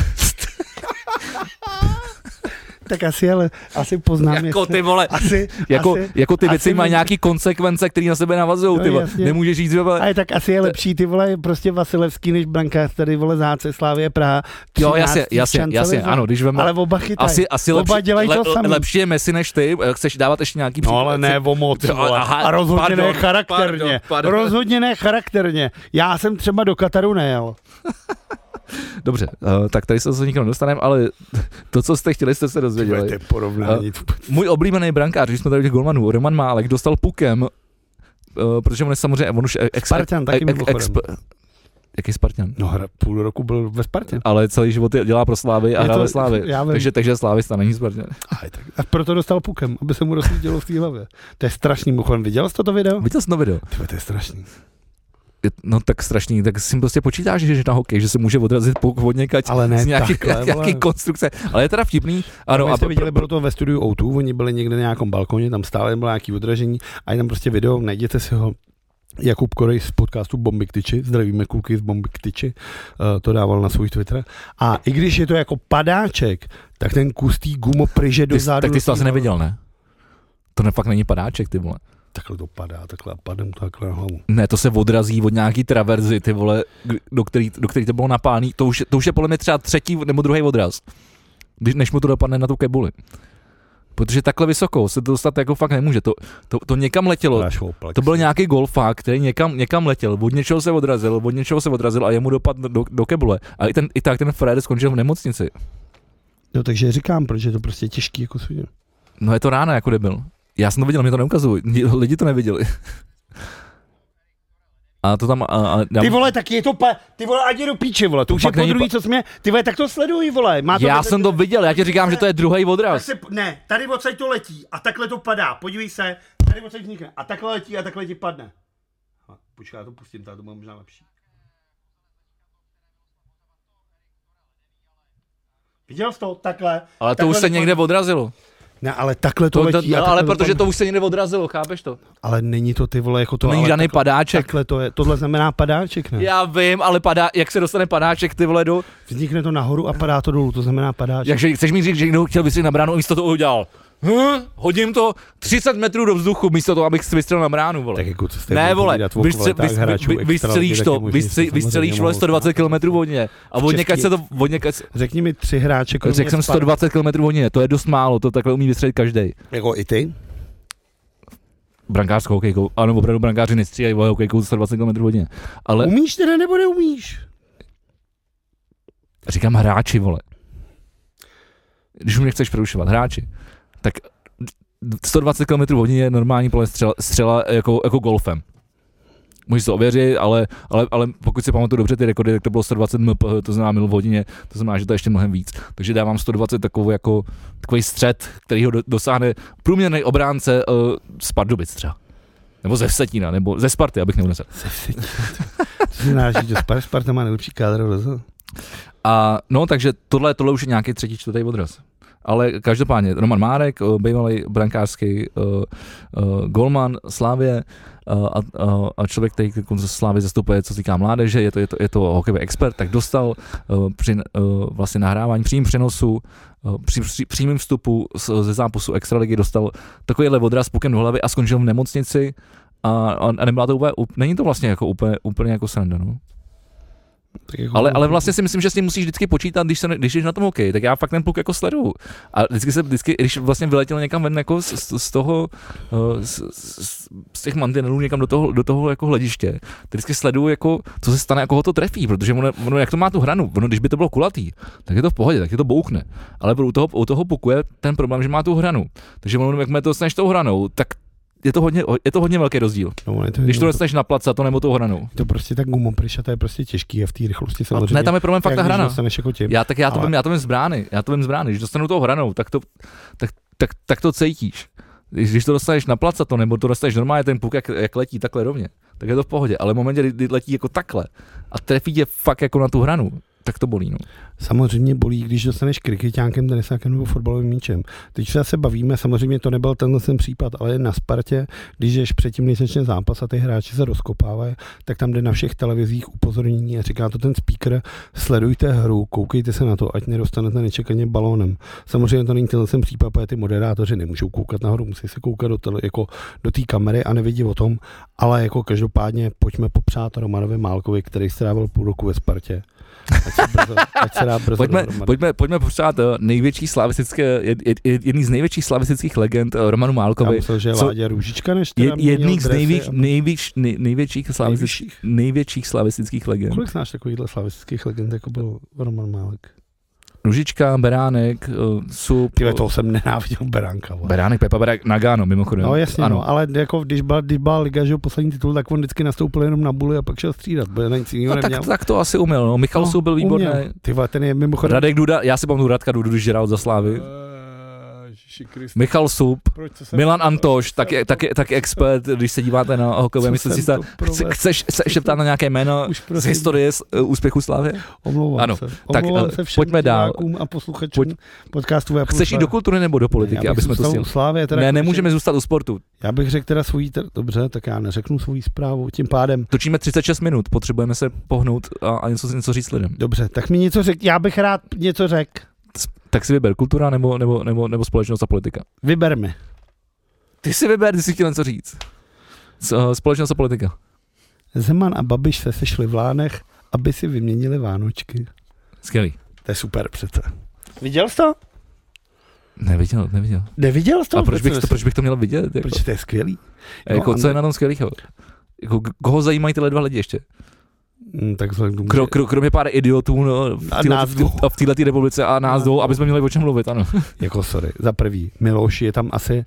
Tak asi poznám. Jako ty vole, jako ty věci mají nějaký konsekvence, které na sebe navazují, ty vole. Nemůžeš říct, vole. Ale tak asi je lepší, ty vole, prostě Vasilevský než brankář tady, vole, záce Slávie Praha. Jo, jasně, ano, když veme. Ale oba chytají. Asi lepší je Messi než ty, chceš dávat ještě nějaký příklad. No ale ne o moc, a rozhodně ne charakterně. Rozhodně ne charakterně. Já jsem třeba do Kataru nejel. Dobře, tak tady se nikam nedostaneme, ale to, co jste chtěli, jste se dozvěděli. Můj oblíbený brankář, když jsme tady těch golmanů, Roman Málek, dostal pukem, protože on je samozřejmě, on už Spartan taky Jaký Spartan? No, půl roku byl ve Spartě. Ale celý život dělá pro Slávy a hrál ve Slávy. Takže Slávista není Spartan. A proto dostal pukem, aby se mu rozsvítilo v té hlavě. To je strašný, mimochodem. Viděl jsi to video? Viděl jsem to video. To je strašný. No tak strašný, tak si prostě počítáš, že na hokej, že se může odrazit puk od někať z nějaký konstrukce, ale je teda vpipný. Ano, a jste viděli, bylo to ve studiu O2, oni byli někde na nějakém balkoně, tam stále bylo nějaký odražení a je tam prostě video, najděte si ho. Jakub Korej z podcastu Bomby k tyči, zdravíme kluky z Bomby k tyči, to dával na svůj Twitter. A i když je to jako padáček, tak ten kus tý gumo pryže dozadu. Tak ty jsi to asi neviděl, ne? To fakt není padáček, ty vole. Takhle to padá, takhle padem to takhle na hlavu. Ne, to se odrazí od nějaký traverzy, ty vole, do který to bylo napálený. To už je podle mě třeba třetí nebo druhý odraz, než mu to dopadne na tu kebuli. Protože takhle vysoko se to dostat jako fakt nemůže. To někam letělo. To byl nějaký golfák, který někam letěl, od něčeho se odrazil a jemu dopadl do kebule. A i tak ten frajer skončil v nemocnici. No takže říkám, proč je to prostě těžký jako sudě. No je to rána jako debil. Já jsem to viděl, mě to neukazují. Lidi to neviděli. A to tam... Ty vole, tak je to... Ty vole, ať je do píče, vole. To už je po druhý, co jsme... Ty vole, tak to sleduj, vole. Já jsem to viděl, já ti říkám, že to je druhý odraz. Ne, tady odsaď to letí a takhle to padá. Podívej se, tady odsaď vznikne. A takhle letí a takhle ti padne. Počkej, já to pustím, to bude možná lepší. Viděl jsi to? Takhle. Ale to už se někde odrazilo. Ne, ale takhle to letí. Ale protože to už se někde odrazilo, chápeš to? Ale není to, ty vole, jako to... není žádný padáček. Takhle to je, tohle znamená padáček, ne? Já vím, ale jak se dostane padáček, ty vole, vznikne to nahoru a padá to dolů, to znamená padáček. Takže chceš mi říct, že někdo chtěl vystřelit na bránu a místo toho udělal. Hodím to 30 metrů do vzduchu místo toho, abych vystřelil na bránu, vole. Tak jako ne, vole, vystřelíš, vole, 120 km hodině. A odněkač. Řekni mi 3 hráče. Řekl jsem 120 km hodině, to je dost málo, to takhle umí vystřelit každej. Jako i ty? Brankářskou hokejkou, ano, opravdu brankáři nestřílejí hokejkou 120 km hodině. Ale... Umíš teda nebo neumíš? Říkám hráči, vole. Když mě chceš přerušovat, hráči. Tak 120 km hodině je normální pole střela jako golfem. Můžeš to ověřit, ale pokud si pamatuju dobře ty rekordy, tak to bylo 120 mp, to znamená mil v hodině, to znamená, že to je ještě mnohem víc. Takže dávám 120 takový střed, který ho dosáhne průměrný obránce z Pardubic třeba. Nebo ze Vsetína, nebo ze Sparty, abych neunesl. Ze Vsetína. To znamená, že Sparta má nejlepší kádr. A no, takže tohle už je nějaký třetí, čtvrtý odraz. Ale každopádně Roman Márek, bývalý brankářský golman Slávie a člověk, který Slávy zastupuje, co se týká mládeže, je to hokejový expert, tak dostal při vlastně nahrávání, přímým přenosu, při přímém vstupu ze zápasu extraligy dostal takovýhle odraz pukem do hlavy a skončil v nemocnici a nebyla to není to vlastně jako úplně jako sranda, no. Jako ale vlastně si myslím, že s tím musíš vždycky počítat, když jsi na tom hokej, tak já fakt ten puk jako sleduju. A vždycky, když vlastně vyletěl někam ven jako z těch mantinelů někam do toho jako hlediště, tak vždycky sleduju, jako, co se stane, jako ho to trefí, protože ono jak to má tu hranu, když by to bylo kulatý, tak je to v pohodě, tak je to bouchne. Ale u toho puku je ten problém, že má tu hranu. Takže jakmile to dostaneš tou hranou, tak je to hodně velký rozdíl. No, když to dostaneš na plac to nebo tou hranou. Je to prostě tak gumopryš a to je prostě těžký a v té rychlosti samozřejmě. Ne, tam je problém fakt ta hrana. Jako tím, já to vím z brány. Když dostanu tou hranou, tak to cítíš. Když to dostaneš na plac nebo to dostaneš normálně ten puk, jak letí takhle rovně, tak je to v pohodě. Ale v momentě, kdy letí jako takhle a trefí tě fakt jako na tu hranu, tak to bolí. No. Samozřejmě bolí, když dostaneš krikeťánkem, tenisákem nebo fotbalovým míčem. Teď se zase bavíme, samozřejmě to nebyl tenhle případ, ale na Spartě, když jdeš předtím, než začne zápas a ty hráči se rozkopávají, tak tam jde na všech televizích upozornění a říká to ten speaker, sledujte hru, koukejte se na to, ať nedostanete nečekaně balónem. Samozřejmě to není tenhle případ, protože ty moderátoři nemůžou koukat na hru, musí se koukat do té kamery a nevidí o tom, ale jako každopádně pojďme popřát Romanovi Málkovi, který strávil půl roku ve Spartě. Ať se dá brzo pojďme popřát jedný z největších slavistických legend Romanu Málkovi. Já myslel, že je Láďa Růžička, než jedný z největších slavistických legend. Kolik znáš takovýchhle slavistických legend, jako byl Roman Málek? Růžička, Beránek, Sup. Tyhle, toho jsem nenáviděl Beránka. Beránek, Pepa Berák, Nagano, mimochodem. No jasně, ano. No, ale jako když byla liga, že poslední titul, tak on vždycky nastoupil jenom na buly a pak šel střídat. Tak to asi uměl, no. Michal Sup byl výborný. Tyhle, ten je mimochodem. Radek Duda, já si pamatuju Radka Dudu, když hrál za Slávy. Michal Sup, Milan Antoš, taky expert, když se díváte na hokejové mistrovství. Chceš se šeptat na nějaké jméno z historie úspěchu Slávy? Omlouvám se všem pojďme dál. A posluchačům podcastu. Chceš jít do kultury nebo do politiky, aby jsme to stihli? Ne, nemůžeme zůstat u sportu. Já bych řekl teda dobře, tak já neřeknu svoji zprávu, tím pádem. Točíme 36 minut, potřebujeme se pohnout a něco říct lidem. Dobře, tak mi něco řek, já bych rád něco řekl. Tak si vyber, kultura nebo společnost a politika. Vyber mi. Ty si vyber, ty si chtěl něco říct. Společnost a politika. Zeman a Babiš se sešli v Lánech, aby si vyměnili vánočky. Skvělý. To je super přece. Viděl jsi to? Neviděl. Neviděl jsi to? A proč bych to měl vidět? Jako? Proč to je skvělý? Jako, co je na tom skvělýho? Jako, koho zajímají tyhle dva lidi ještě? Tak kromě pár idiotů v této republice a nás dvou, aby jsme měli o čem mluvit, ano. Jako sorry, za prvý, Miloš je tam asi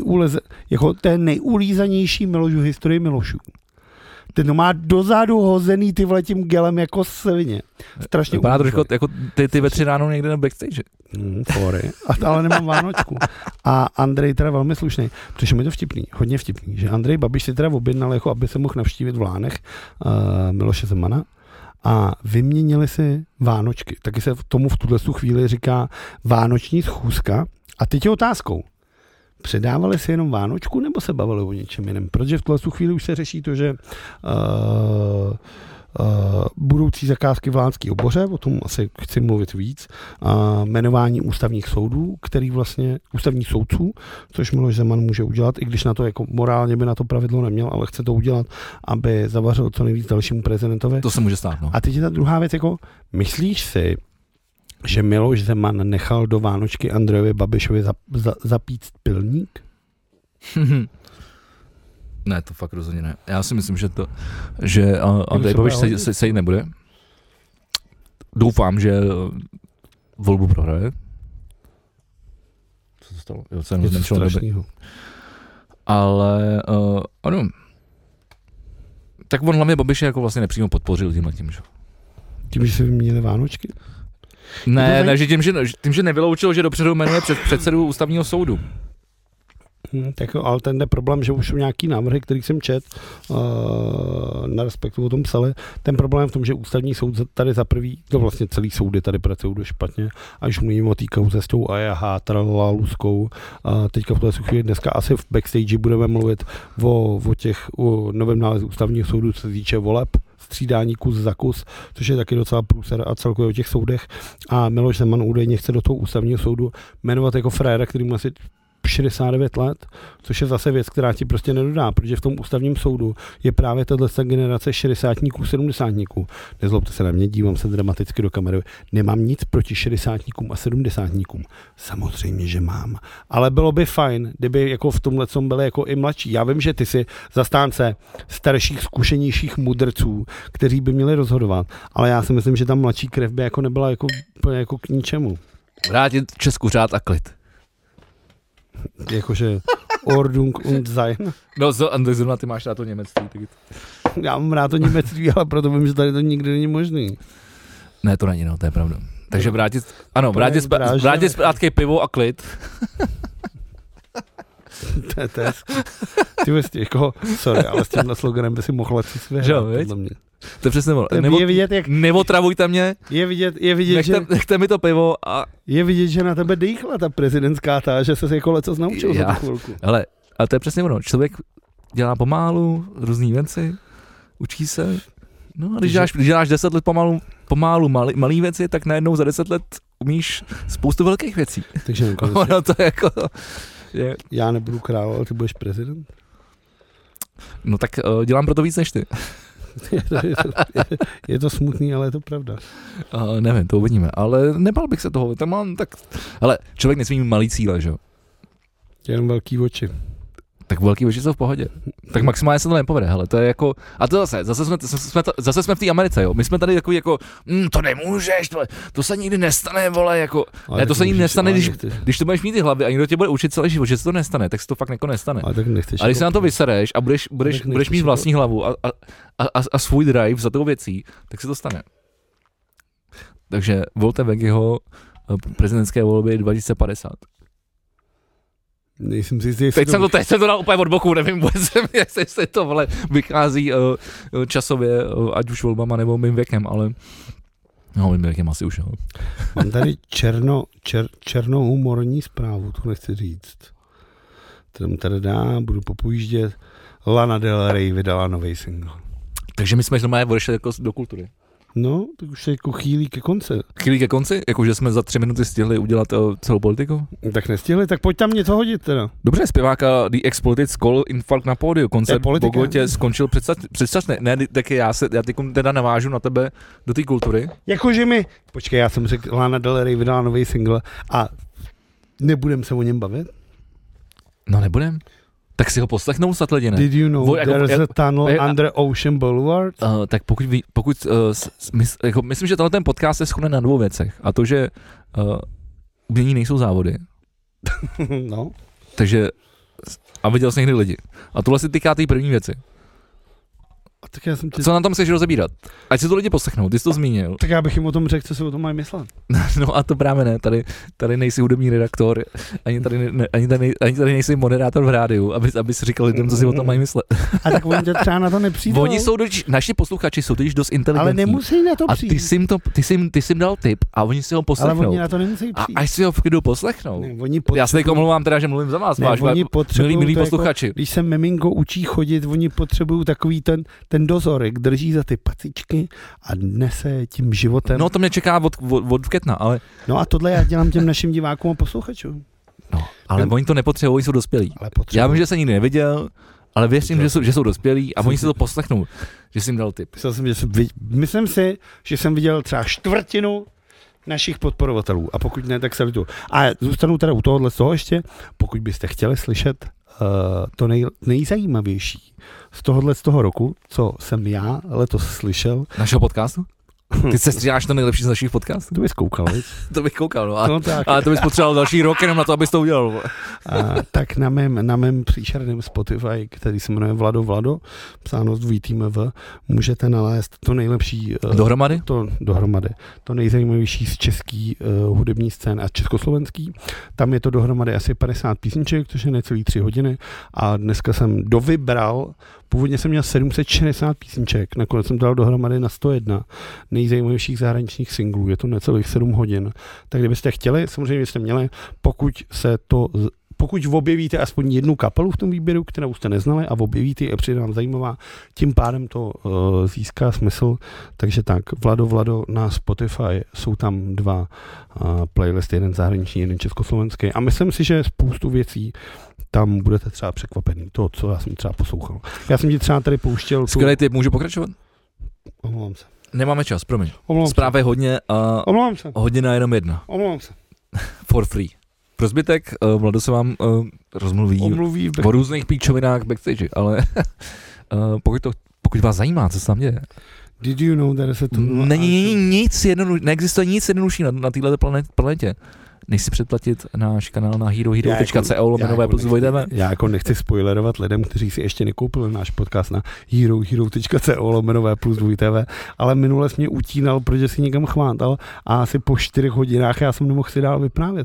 nejulízanější Miloš v historii Milošů. Ten má dozadu hozený ty tím gelem jako svině. Strašně vypadá trošku jako ty ve 3 ráno někde na backstage. Sorry, ale nemám vánočku. A Andrej teda velmi slušný, protože mi to vtipný, hodně vtipný, že Andrej Babiš si teda objednal, jako aby se mohl navštívit v Lánech Miloše Zemana a vyměnili si vánočky. Taky se tomu v tuhle chvíli říká vánoční schůzka. A teď je otázkou. Předávali si jenom vánočku, nebo se bavili o něčem jiném? Protože v tuhle chvíli už se řeší to, že budoucí zakázky v Lánský oboře, o tom asi chci mluvit víc, jmenování ústavních soudů, ústavních soudců, což Miloš Zeman může udělat, i když na to jako morálně by na to pravidlo neměl, ale chce to udělat, aby zavařil co nejvíc dalšímu prezidentovi. To se může stát, no. A teď je ta druhá věc, jako myslíš si, že Miloš Zeman nechal do vánočky Andrejovi Babišovi zapít pilník? Ne, to fakt rozhodně ne. Já si myslím, že Andrej Babiš se jít nebude. Doufám, že volbu prohraje. Co se stalo? Jo, jsem strašnýho. Ale ano. Tak on hlavně Babiše jako vlastně nepřímo podpořil tímhletím, že? Tím, že se vyměnili vánočky? Ne, že tím, že nevyloučil, že dopředu jmenuje předsedu ústavního soudu. Tak, ale ten je problém, že už jsou nějaký návrhy, který jsem čet, na Respektu o tom psali. Ten problém v tom, že ústavní soud tady za prvý, to vlastně celý soudy tady pracují dost špatně, až mluvím o té kauze s tou AJH, Luskou. Teďka v té chvíli dneska asi v backstage budeme mluvit o novém nálezu ústavního soudu, co se týče voleb, střídání kus za kus, což je taky docela průser a celkově o těch soudech. A Miloš Zeman údajně chce do toho ústavního soudu jmenovat jako fréra, který mu asi 69 let, což je zase věc, která ti prostě nedodá, protože v tom ústavním soudu je právě tato generace 60-tníků, 70-tníků. Nezlobte se na mě, dívám se dramaticky do kamery. Nemám nic proti 60-tníkům a 70-tníkům. Samozřejmě, že mám. Ale bylo by fajn, kdyby jako v tomhle byli jako i mladší. Já vím, že ty jsi zastánce starších, zkušenějších mudrců, kteří by měli rozhodovat, ale já si myslím, že ta mladší krev by jako nebyla jako k ničemu. Vrátit Česku řád a klid. Jakože Ordnung und Sein. No, zrovna ty máš rád to němectví. Já mám rád to němectví, ale proto vím, že tady to nikdy není možný. Ne, to není, no, to je pravda. Takže vrátit zpátky pivo a klid. To je ty vlastně, jako, sorry, ale s tímhle sloganem by si mohl lepší svět. To je přesně ono. Je vidět, jak... Neotravujte mě. Je vidět, že... Nechte mi to pivo a... Je vidět, že na tebe dýchla ta prezidentská že se jako lecos naučil za tu chvilku. Ale to je přesně ono. Člověk dělá pomálu, různý věci, učí se. No a když děláš 10 let pomálu malý věci, tak najednou za 10 let umíš spoustu velkých věcí. Takže ono to jako... Já nebudu král, ale ty budeš prezident? No tak dělám proto víc než ty. Je to smutný, ale je to pravda. Nevím, to uvidíme, ale nebál bych se toho. Ale člověk nesmí mít malý cíle, že jo? Jenom velký oči. Tak velký oči jsou v pohodě. Tak maximálně se to nepovede, hele, to je jako, a to zase jsme v té Americe, jo, my jsme tady jako to nemůžeš, to se nikdy nestane, vole, jako, ne, to se nikdy nestane, když to budeš mít ty hlavy a někdo tě bude učit celý život, že se to nestane, tak se to fakt jako nestane. A když se na to vysereš a budeš mít vlastní hlavu a svůj drive za tou věcí, tak se to stane. Takže volte Vegiho prezidentské volby 2050. Nejsem si teď jsem to dal úplně od boku, nevím vůbec, jak se to vole, vychází časově, ať už volbama nebo mým věkem, ale no, mým věkem asi už, jo. Mám tady černohumorní zprávu, to nechci říct. Tady budu popojíždět. Lana Del Rey vydala nový single. Takže my jsme normálně odešli jako do kultury. No, tak už se jako chýlí ke konci. Chýlí ke konci? Jakože jsme za 3 minuty stihli udělat celou politiku? Tak nestihli, tak pojď tam něco hodit teda. Dobře, zpěváka The Exploited Skull Infarkt na pódiu. Koncert v Bogotě skončil předčasně. Ne, tak já teď teda navážu na tebe do té kultury. Jakože počkej, já jsem řekl, Lana Del Rey vydala nový single a nebudem se o něm bavit? No nebudem. Tak si ho poslechnou snad lidi, ne? Did you know there's a tunnel under Ocean Boulevard? Tak myslím, že tenhle ten podcast se shodne na 2 věcech. A to, že umění nejsou závody. No. Takže, a viděl jsi někdy lidi. A tohle si týká té první věci. Tak já jsem Co na tom chceš rozebírat? Ať si to lidi poslechnou, ty jsi to zmínil. Tak já bych jim o tom řekl, co si o tom mají myslet. No a to právě ne, tady nejsi hudební redaktor, ani tady nejsi moderátor v rádiu, aby si říkal lidem, co si o tom mají myslet. A tak oni třeba na to nepřijdou. Naši posluchači jsou totiž dost inteligentní. Ale nemusí na to přijít. A ty jsi jim dal tip a oni si ho poslechnou. Ale oni na to nemusí přijít. A až si ho v klidu poslechnou. Ne, já se teď omlouvám teda, že mluvím za vás, milí posluchači. Jako, když se miminko učí chodit, oni potřebují takový ten dozor, jak drží za ty pacičky a nese tím životem. No to mě čeká od Května, ale... No a tohle já dělám těm našim divákům a posluchačům. No, ale oni to nepotřebují, oni jsou dospělí. Já vím, že jsem nikdy neviděl, ale věřím, že jsou dospělí a oni si to poslechnou, že jsi jim dal tip. Myslím si, že jsem viděl třeba 1/4 našich podporovatelů a pokud ne, tak se lidu. A zůstanu teda u tohohle z toho ještě, pokud byste chtěli slyšet to nejzajímavější z toho roku, co jsem já letos slyšel. Našeho podcastu? Ty se střídáš to nejlepší z našich podcastů? To bys koukal, víc? To bych koukal, no. Ale to bys potřeboval další rok jenom na to, abys to udělal. Tak na mém příšerném Spotify, který se jmenuje Vlado, psáno s 2 V, můžete nalézt to nejlepší... Dohromady? Dohromady. To nejzajímavější z český hudební scény a československý. Tam je to dohromady asi 50 písniček, což je necelý 3 hodiny a dneska jsem dovybral. Původně jsem měl 760 písniček, nakonec jsem dal dohromady na 101 nejzajímavějších zahraničních singlů, je to necelých 7 hodin. Tak kdybyste chtěli, samozřejmě jste měli, pokud objevíte aspoň jednu kapelu v tom výběru, kterou jste neznali a objevíte je přijde vám zajímavá, tím pádem to získá smysl. Takže tak, Vlado na Spotify jsou tam 2 playlisty, jeden zahraniční, jeden československý a myslím si, že spoustu věcí tam budete třeba překvapený, to, co já jsem třeba poslouchal. Já jsem ti třeba tady pouštěl... Skvělý tip, můžu pokračovat? Omlouvám se. Nemáme čas, promiň. Zprávy hodně a hodina jenom 1. Omlouvám se. For free. Pro zbytek, Vlado se vám omluví o různých píčovinách backstage, ale pokud vás zajímá, co se tam děje. Did you know there is a neexistuje nic jednodušší na této planetě, než si předplatit náš kanál na herohero.co/+2tv. Já jako nechci spoilerovat lidem, kteří si ještě nekoupili náš podcast na herohero.co/+2tv, ale minule jsi mě utínal, protože si někam chvátal a asi po 4 hodinách já jsem nemohl si dál vyprávět.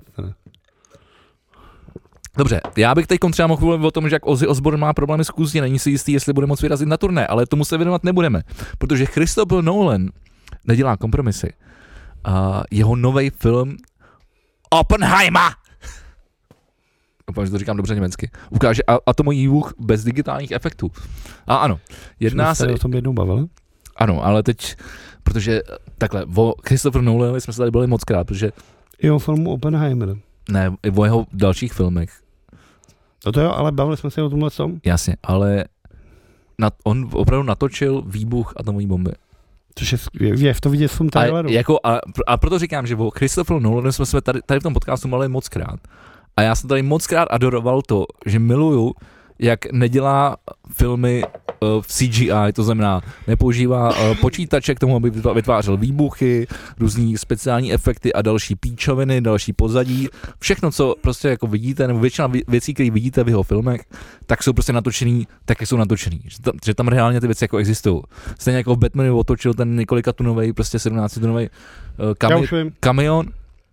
Dobře, já bych teď třeba mohl mluvit o tom, že jak Ozzy Osbourne má problémy s kůzí, není si jistý, jestli bude moc vyrazit na turné, ale tomu se věnovat nebudeme, protože Christopher Nolan nedělá kompromisy. Jeho nový film Oppenheimer, doufám, že to říkám dobře německy, ukáže atomový výbuch bez digitálních efektů. A ano, jedná se... o tom jednou bavili? Ano, ale teď, protože takhle, o Christopher Nolan jsme se tady byli mockrát, protože... Jeho filmu Oppenheimer. Ne, o jeho dalších filmech. To jo, ale bavili jsme se o tomhle tom. Jasně, ale on opravdu natočil výbuch atomové bomby. Což je v to vidět v tom traileru. A proto říkám, že o Christopheru Nolanu jsme se tady v tom podcastu mluvili mockrát. A já jsem tady mockrát adoroval to, že miluju, jak nedělá filmy v CGI, to znamená, nepoužívá počítače k tomu, aby vytvářel výbuchy, různý speciální efekty a další píčoviny, další pozadí. Všechno, co prostě jako vidíte, nebo většina věcí, které vidíte v jeho filmech, tak jsou prostě natočený, tak jsou natočený. Že tam reálně ty věci jako existují. Stejně jako v Batmanu otočil ten několika tunový, prostě 17tunový kamion,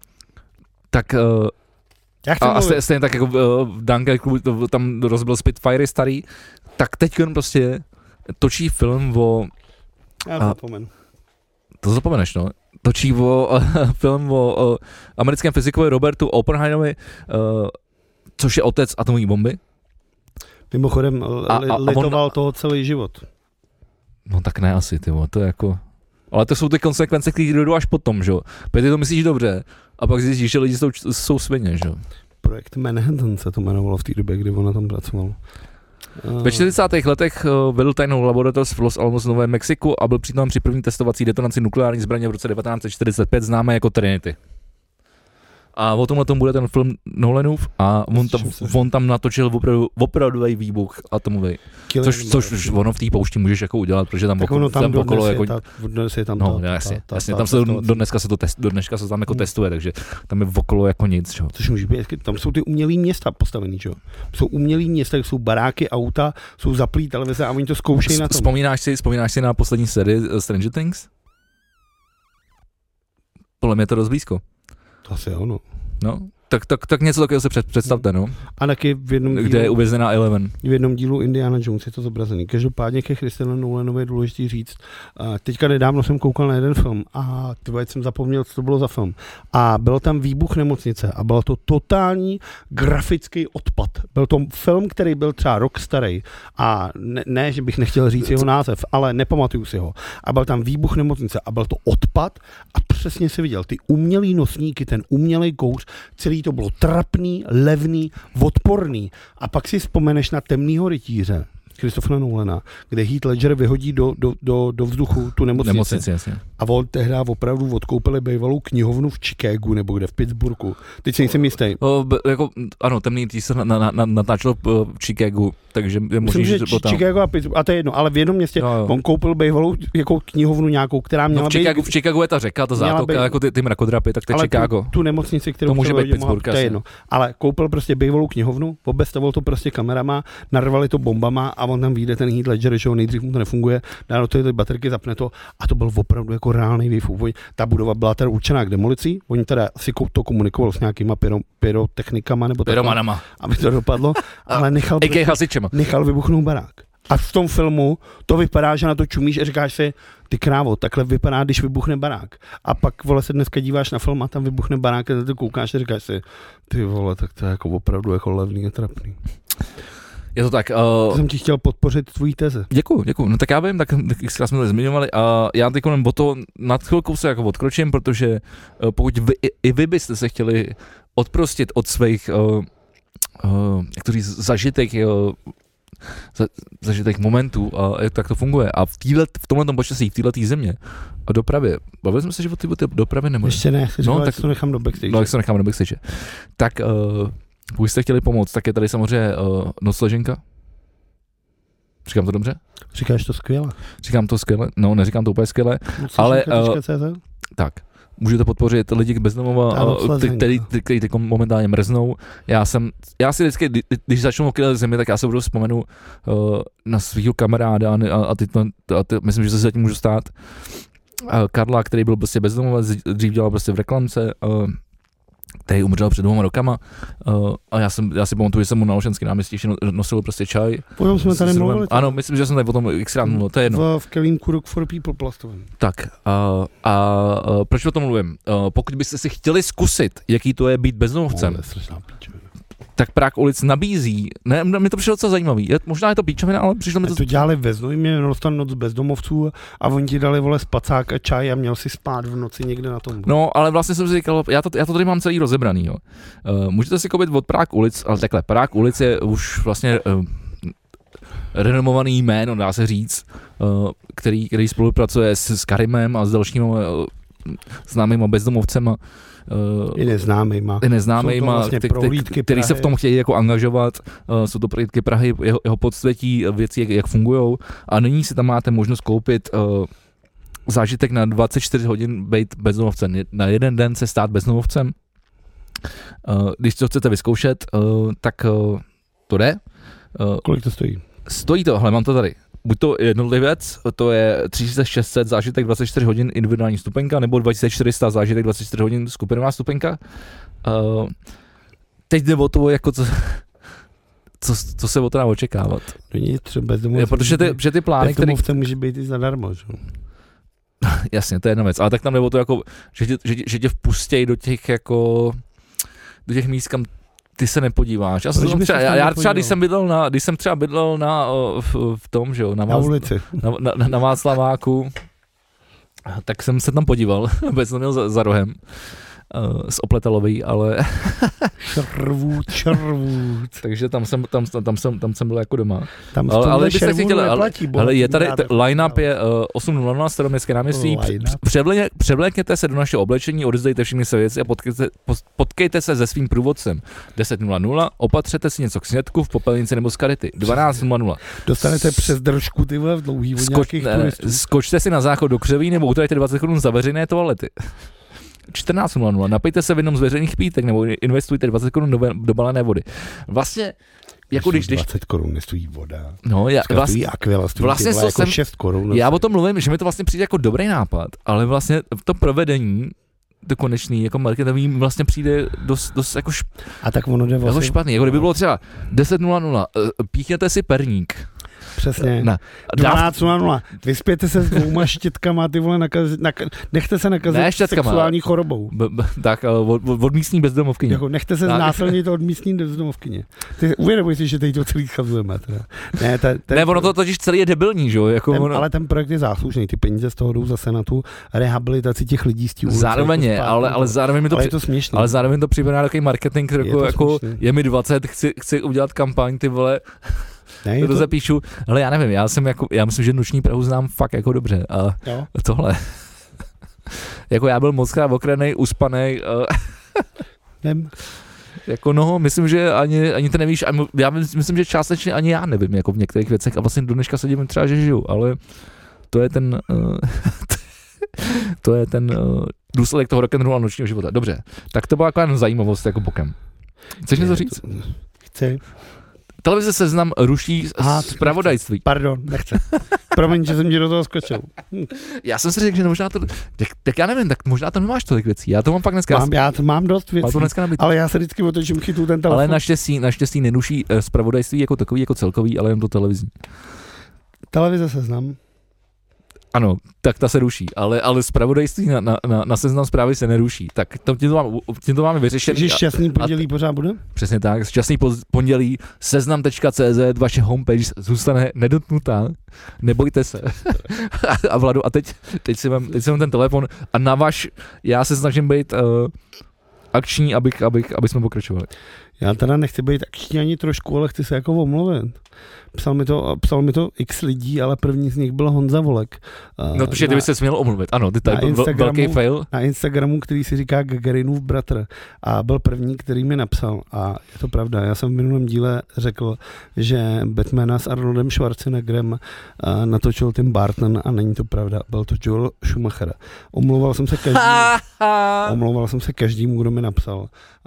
tak a stejně tak jako v Dunkerku tam rozbil Spitfire starý, tak teď prostě točí film o... Já to zapomenu. To zapomeneš, no. Točí film o americkém fyzikovi Robertu Oppenheimerovi, což je otec atomové bomby. Mimochodem litoval toho celý život. No tak ne asi, to je jako... Ale to jsou ty konsekvence, které dojdou až potom, že jo. Protože ty to myslíš dobře, a pak zjistíš, že lidi jsou svině, že jo. Projekt Manhattan se to jmenovalo v té době, kdy on na tom pracoval. Ve 40. letech vedl tajnou laboratoř v Los Alamos v Novém Mexiku a byl přítomen při první testovací detonaci nukleární zbraně v roce 1945, známé jako Trinity. A o tomhle tomu bude ten film Nolanův a on tam natočil opravdový výbuch atomový. Což ono v té poušti můžeš jako udělat, protože tam okolo jako... No, jasně, tam se do dneška se tam jako testuje, takže tam je okolo jako nic, čo. Což může být, tam jsou ty umělý města postavený, čo. Jsou umělý města, jsou baráky, auta, jsou zaplý televize a oni to zkoušejí na tom. Vzpomínáš si na poslední sérii Stranger Things? Podle mě to dost blízko. To asi ono. No, tak něco takového se představte, no. A taky v jednom dílu, kde je uvězněná Eleven. V jednom dílu Indiana Jones je to zobrazený. Každopádně ke Christopheru Nolanovi je důležitý říct. Teďka nedávno jsem koukal na jeden film a jsem zapomněl, co to bylo za film. A byl tam výbuch nemocnice a byl to totální grafický odpad. Byl to film, který byl třeba rok starý a ne, že bych nechtěl říct jeho název, ale nepamatuju si ho. A byl tam výbuch nemocnice a byl to odpad a přesně si viděl ty umělý nosníky, ten umělej kouř, celý to bylo trapný, levný, odporný. A pak si vzpomeneš na Temnýho rytíře Christophera Nolana, kde Heath Ledger vyhodí do vzduchu tu nemocnici. A on tehdy opravdu odkoupili bývalou knihovnu v Chicagu nebo kde v Pittsburghu. Teď si nejsem jistý. Ano, Temný rytíř se natáčel v Chicagu, takže je možný, že to tam. Chicago a Pittsburgh, a to je jedno, ale v jednom městě on koupil bývalou jako knihovnu nějakou, která měla v Chicagu je ta řeka, ta zátoka, jako ty mrakodrapy, tak to je Chicago. Tu nemocnici, kterou to může být Pittsburgh, to je jedno. Ale koupil prostě bývalou knihovnu, obestavil to prostě kamerama, narvali to bombama a on tam vyjde ten Heath Ledger, že nejdřív mu to nefunguje, dá do ty baterky, zapne to a to byl opravdu jako reálný výfuk. Ta budova byla teda určená k demolici, oni teda si to komunikovali s nějakýma pyrotechnikama nebo pyromanama, aby to dopadlo, ale nechal vybuchnout barák. A v tom filmu to vypadá, že na to čumíš a říkáš si, ty krávo, takhle vypadá, když vybuchne barák. A pak, vole, se dneska díváš na film a tam vybuchne barák a ty koukáš a říkáš si, ty vole, tak to je jako opravdu jako levný a trapný. Je to tak. Jsem ti chtěl podpořit tvojí teze. Děkuju. No tak já vím, tak jsme to zmiňovali a já teď o to nad chvilkou se jako odkročím, protože pokud vy byste se chtěli odprostit od svých jak to říct, zažitek momentů a jak tak to funguje. A v tomhle počasí, v této země a dopravě, bavili jsme se, že o té dopravě nemůže. Ještě ne, tak to nechám do backstage. No, tak to nechám do backstage. Tak pokud jste chtěli pomoct, tak je tady samozřejmě nocleženka. Říkám to dobře? Říkáš to skvěle. Říkám to skvěle, no neříkám to úplně skvěle, ale tak. můžete podpořit lidi bez domova, kteří teď momentálně mrznou. Já si vždycky, když začnu o Kyle zemi, tak já se budu vzpomenu na svýho kamaráda a myslím, že se zatím můžu stát. Karla, který byl prostě bezdomovec, dřív dělal prostě v reklamce, který umřel před 2 rokama a já si pamatuju, že jsem mu na Olšanský náměstí nosil prostě čaj. Potom jsme tady mluvili. Ano, myslím, že jsem tady potom xkrát mluvil, to je jedno. V kelímku Rock for People plastovém. Tak proč o tom mluvím? Pokud byste si chtěli zkusit, jaký to je být bezdomovcem, tak Prague ulic nabízí, ne, mě to přišlo docela zajímavý, možná je to píčovina, ale přišlo mi to... To dělali ve Znojmě, měl tam noc bezdomovců a oni ti dali, vole, spacák a čaj a měl si spát v noci někde na tom. No, ale vlastně jsem si říkal, já to tady mám celý rozebraný, jo. Můžete si koupit od Prague ulic, ale takhle, Prague ulic je už vlastně renomovaný jméno, dá se říct, který spolupracuje s Karimem a s dalšími známýma bezdomovcema. I neznámejma, vlastně který se v tom chtějí jako angažovat, jsou to prohlídky Prahy, jeho podsvětí, věci, jak fungujou a nyní si tam máte možnost koupit zážitek na 24 hodin být bezdomovcem, na jeden den se stát bezdomovcem. Když to chcete vyzkoušet, tak to jde. Kolik to stojí? Stojí to, mám to tady. Buď to jednotlivec, to je 3600 zážitek 24 hodin individuální stupenka, nebo 2400 zážitek 24 hodin skupinová stupenka. Teď jde o to, jako co se od toho očekávat. No nic, třeba bezdomovce. Protože ty plány, které... Bezdomovce může být i zadarmo, že? Jasně, to je jedna věc, ale tak tam jde o to, jako, že tě vpustějí do těch míst, kam ty se nepodíváš. Já třeba, když jsem třeba bydlel v tom, že jo, na ulici. Na Václaváku, tak jsem se tam podíval, vůbec jsem měl za rohem. Z Opletalový, ale... Červůd. Takže tam jsem byl jako doma. Ale byste si chtěli, ale je tady, line-up je 8.00 Staroměstské náměstí, převlékněte se do našeho oblečení, odezdejte všechny své věci a potkejte se se svým průvodcem. 10.00, opatřete si něco k snědku v popelnici nebo z karity. 12.00. Dostanete přes držku ty v dlouhý od nějakých turistů. Skočte si na záchod do křoví nebo utrajte 20 korun za veřejné toalety. 14.00, napijte se v jednom z veřejných pítek nebo investujte 20 korun do balené vody. Vlastně, jako když 20 korun nestojí voda. No, stojí Aquila, stojí vlastně jako 6 korun. Já o tom mluvím, že mi to vlastně přijde jako dobrý nápad, ale vlastně to provedení, to konečný, jako marketový, vlastně přijde dost jako a tak ono jde vlastně jako špatný. Jako kdyby bylo třeba 10.00, píchněte si perník. Přesně. 12.00. Vyspějte se s 2 štětkama, ty vole, nechte se nakazit sexuální chorobou. Tak, od místní bezdomovkyně. Jako, nechte se znásilnit od místní bezdomovkyně. Uvědomuj si, že teď to celý schazujeme. Ne, ono to totiž celý je debilní, že jo? Jako ale ten projekt je záslužný, ty peníze z toho jdou zase na tu rehabilitaci těch lidí z těch ulic. Zároveň je, ale zároveň mi to, ale je to směšný. Ale zároveň to připadá takový marketing, jako je mi 20, chci udělat kampaň, ty vole. Ne, to zapíšu, ale já nevím, já myslím, že Noční Prahu znám fakt jako dobře a tohle. Jako já byl mockrát okrenej, uspanej. Jako no, myslím, že ani ty nevíš, já myslím, že částečně ani já nevím, jako v některých věcech a vlastně do dneška se divím třeba, že žiju, ale to je ten důsledek toho rock'n'rollu a nočního života. Dobře, tak to byla taková zajímavost jako bokem. Chceš něco říct? Chci. Televize Seznam ruší zpravodajství. Pardon, nechce. Promiň, že jsem ti do toho skočil. Já jsem si řekl, že možná to... Tak já nevím, tak možná tam nemáš tolik věcí. Já to mám fakt dneska... Já mám dost věcí, ale já se vždycky otočím, chytu ten telefon. Ale naštěstí neruší zpravodajství jako takový, jako celkový, ale jen to televizní. Televize Seznam. Ano, tak ta se ruší, ale zpravodajství na Seznam Zprávy se neruší. Tak tím to máme vyřešené. Takže šťastný pondělí pořád bude? Přesně tak, šťastný pondělí, seznam.cz, vaše homepage zůstane nedotknutá, nebojte se. A Vladu, a teď si mám ten telefon a já se snažím být akční, aby jsme pokračovali. Já teda nechci být akční ani trošku, ale chci se jako omluvit. Psal mi to x lidí, ale první z nich byl Honza Volek. No, protože ty bys se směl omluvit, ano, ty tady byl velký fail. Na Instagramu, který si říká Gagarinův bratr a byl první, který mi napsal a je to pravda, já jsem v minulém díle řekl, že Batmana s Arnoldem Schwarzeneggerem natočil Tim Burton a není to pravda, byl to Joel Schumacher. Omlouval jsem se každému, kdo mi napsal.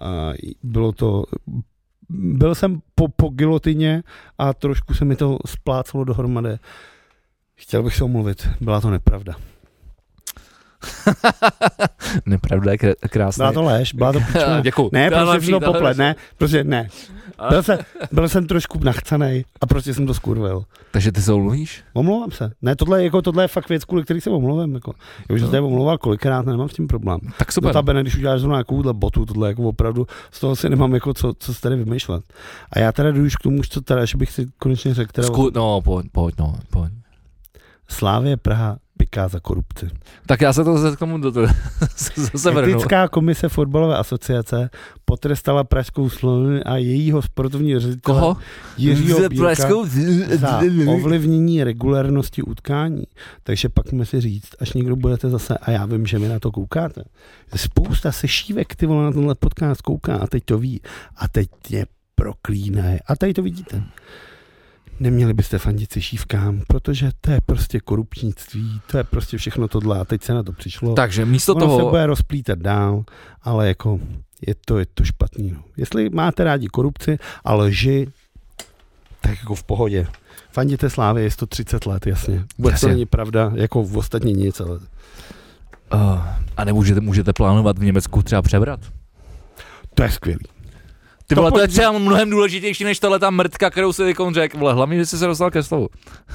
Byl jsem po gilotině a trošku se mi to splácalo dohromady. Chtěl bych se omluvit, byla to nepravda. Nepravda je krásná. Byla to lež, byla to píčovina. Děkuju. Ne, prostě jsem to poplet, ne, prostě ne. Byl jsem trošku nachcanej a prostě jsem to skurvil. Takže ty se omluvíš? Omlouvám se. Ne, tohle je fakt věc, kvůli který se omlouvám. Jako. Já už jsem se omlouval kolikrát, nemám s tím problém. Tak super. Notabene, když uděláš zrovna nějakouhle botu, tohle jako opravdu, z toho si nemám jako co tady vymýšlet. A já teda jdu už k tomu, co teda, že bych si konečně řekl. Pojď. Slávie Praha piká za korupci. Tak já se to zase k tomu zase vrhnu. Etická komise fotbalové asociace potrestala pražskou Slovan a jejího sportovního ředitele Jiřího Bílka za ovlivnění regulérnosti utkání. Takže pak můžeme si říct, až někdo budete zase, a já vím, že mi na to koukáte, spousta sešívek, ty vole, na tenhle podcast kouká a teď to ví. A teď mě proklínají. A tady to vidíte. Neměli byste fandit sešívkám, protože to je prostě korupčnictví, to je prostě všechno tohle a teď se na to přišlo. Takže místo toho se toho bude rozplítat dál, ale jako je to špatný. No. Jestli máte rádi korupci a lži, tak jako v pohodě. Fandíte Slávy, je 130 let, jasně. Vůbec to není pravda, jako v ostatní nic, ale... A můžete plánovat v Německu třeba převrat? To je skvělý. Ty vole, to je třeba mnohem důležitější než tahle ta mrtka, kterou si Vikon řekl. Vole, hlavně, že jsi se dostal ke slovu.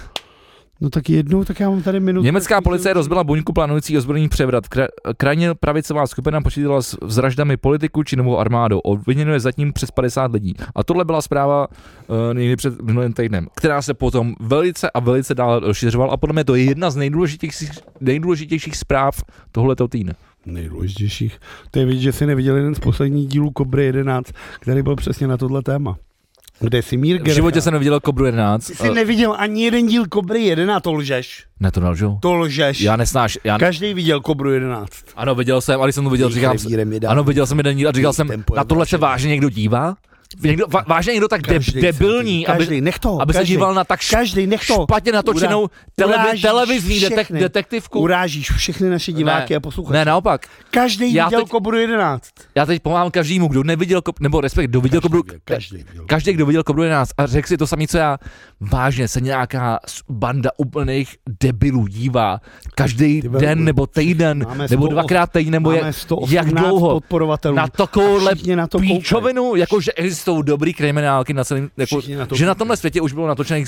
No tak jednou, tak já mám tady minutu. Německá policie rozbila buňku plánující ozbrojený převrat. Krajně pravicová skupina počítala s vraždami politiků či novou armádou. Obviněno je zatím přes 50 lidí. A tohle byla zpráva někdy před minulým týdnem, která se potom velice dál rozšiřovala a podle mě to je jedna z nejdůležitějších zpráv tohletoho týdne. Nejdůležitějších. To je vidět, že jsi neviděl jeden z posledních dílů Kobry 11, který byl přesně na tohle téma. Kde Simír Gercha. V životě jsem neviděl Kobru 11. Ty jsi neviděl ani jeden díl Kobry 11, to lžeš. Ne, to nelžu. To lžeš. Já nesnáš. Každý viděl Kobru 11. Ano, viděl jsem, ale když jsem to viděl, říkám, ano, viděl jsem jeden díl a říkal jsem, na tohle se vážně někdo dívá? Vážně někdo tak debilní, aby se díval na tak špatně natočenou televizní detektivku. Urážíš všechny naše diváky a posluchače. Ne, naopak. Každý viděl Kobru 11. Já teď pomáhám každému, kdo neviděl, nebo respektive, kdo viděl Kobru. Každý, kdo viděl Kobru 11 a řekl si to samé, co já. Vážně se nějaká banda úplných debilů dívá každý den nebo týden, nebo dvakrát týden, nebo jak dlouho. Na takovouhle píčovinu, jakože existují dobrý kriminálky na celém, jako, že na tomhle světě už bylo natočených,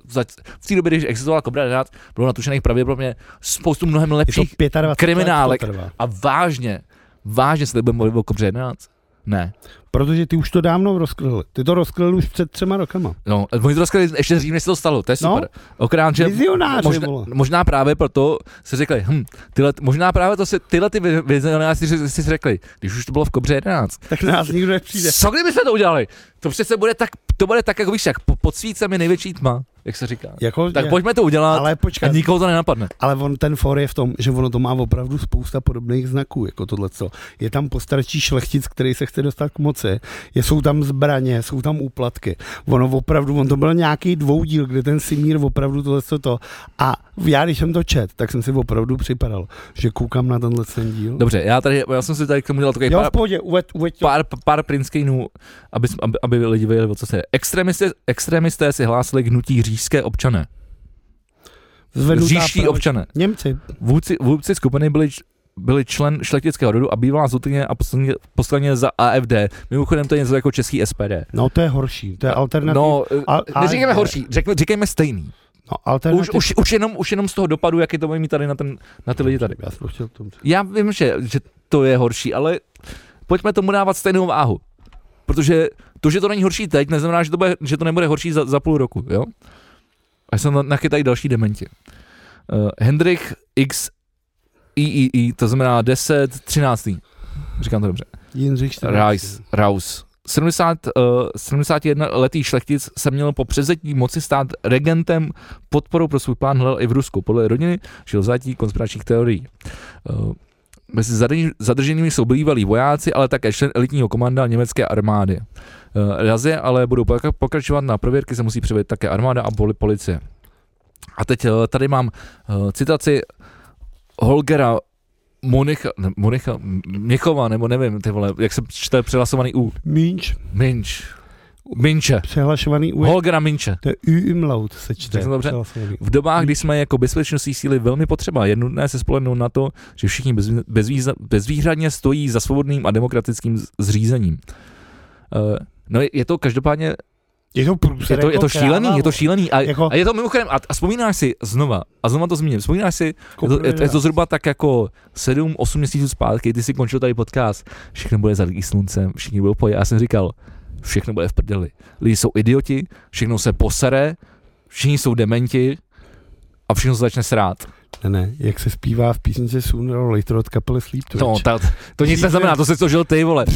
v té době, když existovala Kobra 11, bylo natočených pravděpodobně spoustu mnohem lepších kriminálek. A vážně se budeme mluvit o Kobře 11? Ne. Protože ty už to dávno rozkryli. Ty to rozkryli už před 3 rokama. No, oni to rozkryli ještě dřív, než se to stalo, to je super. Okrát, že možná právě proto si řekli, možná právě to si tyhle ty vizionáři si řekli, když už to bylo v Kobře 11. Tak nás nikdo nepřijde. Co kdyby se to udělali? To přece bude tak, jako víš, jak pod svícem je největší tma, jak se říká. Tak pojďme to udělat, ale a nikoho to nenapadne. Ale ten for je v tom, že ono to má opravdu spousta podobných znaků, jako tohleto. Je tam postarčí šlechtic, který se chce dostat k moci, jsou tam zbraně, jsou tam úplatky. On to byl nějaký dvoudíl, kde ten Simír opravdu tohleto. A já, když jsem to čet, tak jsem si opravdu připadal, že koukám na tenhle díl. Dobře, já jsem si tady k tomu dělal takový pár print screenů, aby lidi věděli, o co se je. Extremisté si hlásili k hnutí říšské občané. Říští občané. Němci. Vůdci skupiny byli člen šlechtického rodu a bývalá zůtně a posledně za AFD. Mimochodem to je něco jako český SPD. No to je horší, to je alternativ. No, neříkejme horší, říkejme stejný. No, už jenom z toho dopadu, jaký to bude mít tady na ty lidi tady. Já vím, že to je horší, ale pojďme tomu dávat stejnou váhu. Protože to, že to není horší teď, neznamená, že to nebude horší za půl roku, jo? A jsem nachytají další dementi. Hendrich X III, to znamená 10, 13. Říkám to dobře. Jindřich Raus 71letý šlechtic se měl po převzetí moci stát regentem, podporou pro svůj plán hledal i v Rusku. Podle rodiny žil zátí konspiračních teorií. Mezi zadrženými jsou bývalí vojáci, ale také člen elitního komanda německé armády. Razie ale budou pokračovat, na prověrky se musí přivědět také armáda a policie. A teď tady mám citaci Holgera Měchova, nebo nevím, ty vole, jak se čte přehlasovaný U. Minče. Přehlašovaný U. Holgera Minče. To je U-umlaut se čte. V dobách, kdy jsme jako bezpečnostní síly velmi potřeba, je nutné se spolehnout na to, že všichni bezvýhradně stojí za svobodným a demokratickým zřízením. No je to každopádně je to šílený a je to mimochodem, a vzpomínáš si znova to zmíním, vzpomínáš si, je to zhruba tak jako 7-8 měsíců zpátky, ty si končil tady podcast, všechno bude zalít sluncem, všichni budou pojet, já jsem říkal, všechno bude v prdeli, lidi jsou idioti, všechno se posere, všichni jsou dementi a všechno se začne srát. Ne, jak se zpívá v písničce Sooner or Later od kapely Sleep Twitch. To nic neznamená, to se to žil ty, vole.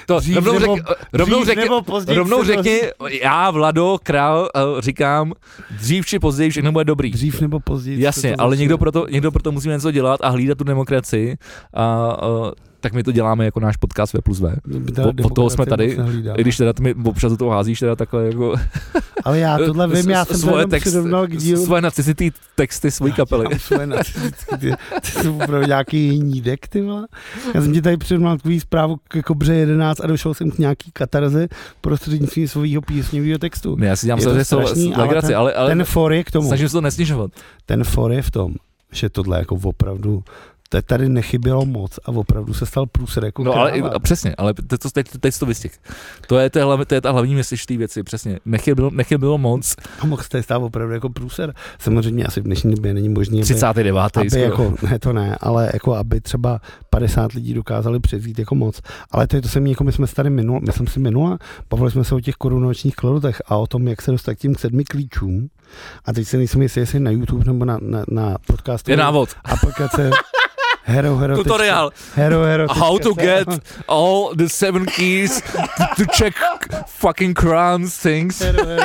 Rovnou řekni, já, Vlado, král, říkám, dřív či později všechno bude dobrý. Dřív nebo později. Jasně, ale někdo proto musí něco dělat a hlídat tu demokracii a tak my to děláme jako náš podcast V+V. Od toho jsme tady, i když teda mi občas do toho házíš teda takhle jako... Ale já tohle vím, já jsem to jenom přirovnal k dílu. Svoje nacistický texty svojí kapely. Svoje nacistický, ty jsou opravdu nějaký jinídek, ty vole. Já jsem ti tady přirovnal takový zprávu k Kobře 11 a došel jsem k nějaký katarze prostřednictvím svého písňového textu. Ne, já si dělám se, že jsou legraci, ale ten for je k tomu. Snažím se to nesnižovat. Ten for je v tom, že tohle jako opravdu tady nechybělo moc a opravdu se stal průser jako no ale přesně, ale teď to vystih. To je ta hlavní měsíč té věci, přesně. Nechybělo moc. A mohl se stát opravdu jako průser. Samozřejmě asi v dnešní době není možný, 39. aby jako, ne to ne, ale jako aby třeba 50 lidí dokázali převzít jako moc. Ale to se mi jako my jsme tady minula, bavili jsme se o těch korunovačních klorotech a o tom, jak se dostat k těm 7 klíčům. A teď se nejsem jestli na YouTube nebo na podcastu. Je návod. Aplikace Hero. Tutoriál. Hero. How to get all the 7 keys to check fucking crowns things.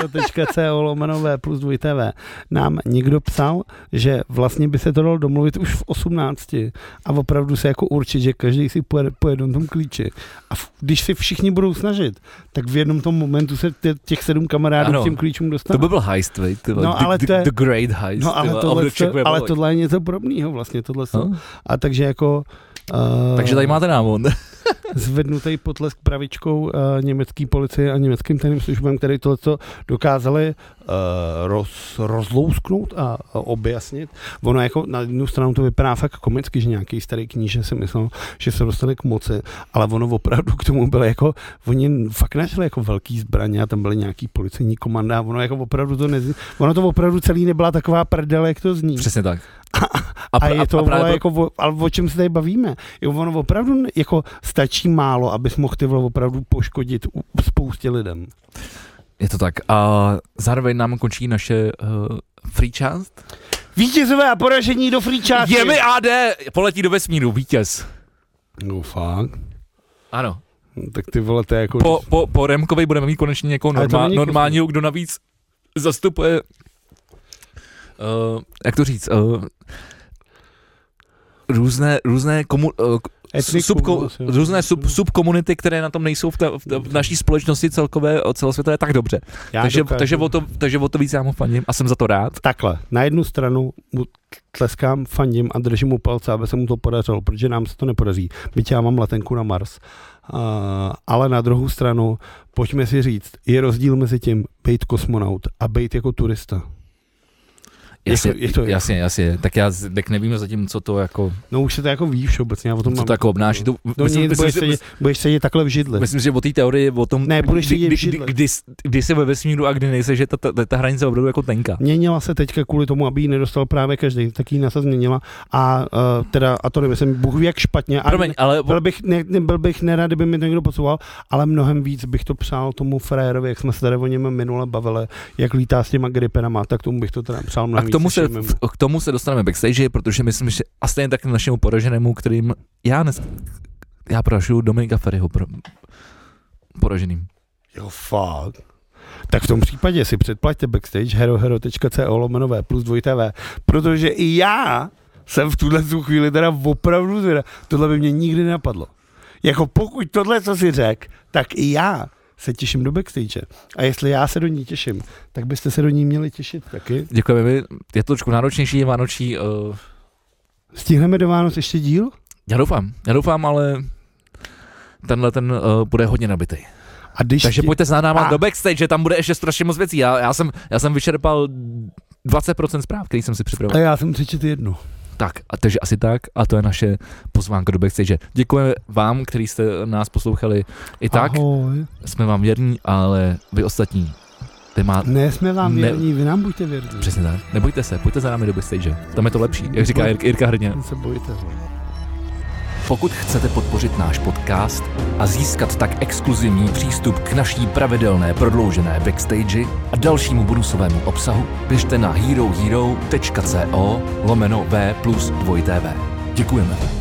Hero.co/V+2TV. Nám někdo psal, že vlastně by se to dalo domluvit už v 18 a opravdu se jako určit, že každý si po jednom tom klíči. A když si všichni budou snažit, tak v jednom tom momentu se těch 7 kamarádů k těm klíčům dostane. To by byl heist, the great heist. No ale tohle je něco podobného vlastně, tohle jsou. A takže jako... takže tady máte návod. Zvednutý potlesk pravičkou německý policie a německým tajným službám, které tohleto dokázali rozlousknout a objasnit. Ono jako na jednu stranu to vypadá fakt komicky, že nějaký starý kníže si myslel, že se dostane k moci, ale ono opravdu k tomu bylo jako, oni fakt našli jako velký zbraně a tam byly nějaký policejní komanda a ono jako opravdu ono to opravdu celý nebyla taková prdele, jak to zní. Přesně tak. A je to jako, ale o čem se tady bavíme? Ono opravdu jako stačí málo, abys mohl ty opravdu poškodit spoustě lidem. Je to tak. A zároveň nám končí naše free část. Vítězové a poražení do free části. Je mi AD, poletí do vesmíru, vítěz. No fakt. Ano. Tak ty vole, to je jako... Po Remkovi budeme mít konečně někoho normálního, kdo navíc zastupuje jak to říct, různé subkomunity, které na tom nejsou v naší společnosti celosvětové tak dobře. Takže o to víc já mu fandím a jsem za to rád. Takhle, na jednu stranu mu tleskám, fandím a držím mu palce, aby se mu to podařilo, protože nám se to nepodaří. Byť já mám letenku na Mars. Ale na druhou stranu, pojďme si říct, je rozdíl mezi tím být kosmonaut a být jako turista. Jasně, tak já nevíme zatím, co to jako... No už se to jako ví všeobecně, já o tom co to jako obnáší. Budeš sedět takhle v židli. Myslím, že o té teorii, o tom, ne, budeš sedět v židli. Kdy jsi ve vesmíru a kdy nejsi, že ta hranice opravdu jako tenká. Měnila se teďka kvůli tomu, aby ji nedostal právě každý, tak ji NASA změnila a to nemyslím, Bůh ví jak špatně. Promiň, ale... Byl bych nerad, kdyby mi to někdo posouval, ale mnohem víc bych to přál tomu frajerovi, jak jsme se tady o něm minule bavili, jak lítá s těma gripenama, tak tomu bych to teda přál mnohem víc. K tomu se dostaneme backstage, protože myslím, že a stejně tak našemu poraženému, kterým já prošlu Dominika Ferryho poraženým. Jo, fakt. Tak v tom případě si předplaťte backstage herohero.co/V+2TV, protože i já jsem v tuhle chvíli teda opravdu zvědav. Tohle by mě nikdy nenapadlo. Jako pokud tohle, co si řek, tak i já se těším do backstage. A jestli já se do ní těším, tak byste se do ní měli těšit taky. Děkujeme, je to trošku náročnější, vánoční. Stihneme do Vánoc ještě díl? Já doufám, ale tenhle bude hodně nabitý. Takže pojďte za náma do backstage, tam bude ještě strašně moc věcí. Já jsem vyčerpal 20% zpráv, který jsem si připravil. A já jsem přečetl jednu. Tak, takže asi tak, a to je naše pozvánka do backstage. Děkujeme vám, kteří jste nás poslouchali i tak. Ahoj. Jsme vám věrní, ale vy ostatní. Ne, jsme vám věrní, vy nám buďte věrní. Přesně tak, nebojte se, pojďte za námi do backstage. Tam je to lepší, jak říká Jirka hrdně. Se bojte. Pokud chcete podpořit náš podcast a získat tak exkluzivní přístup k naší pravidelné prodloužené backstage a dalšímu bonusovému obsahu, běžte na herohero.co/V+2TV. Děkujeme.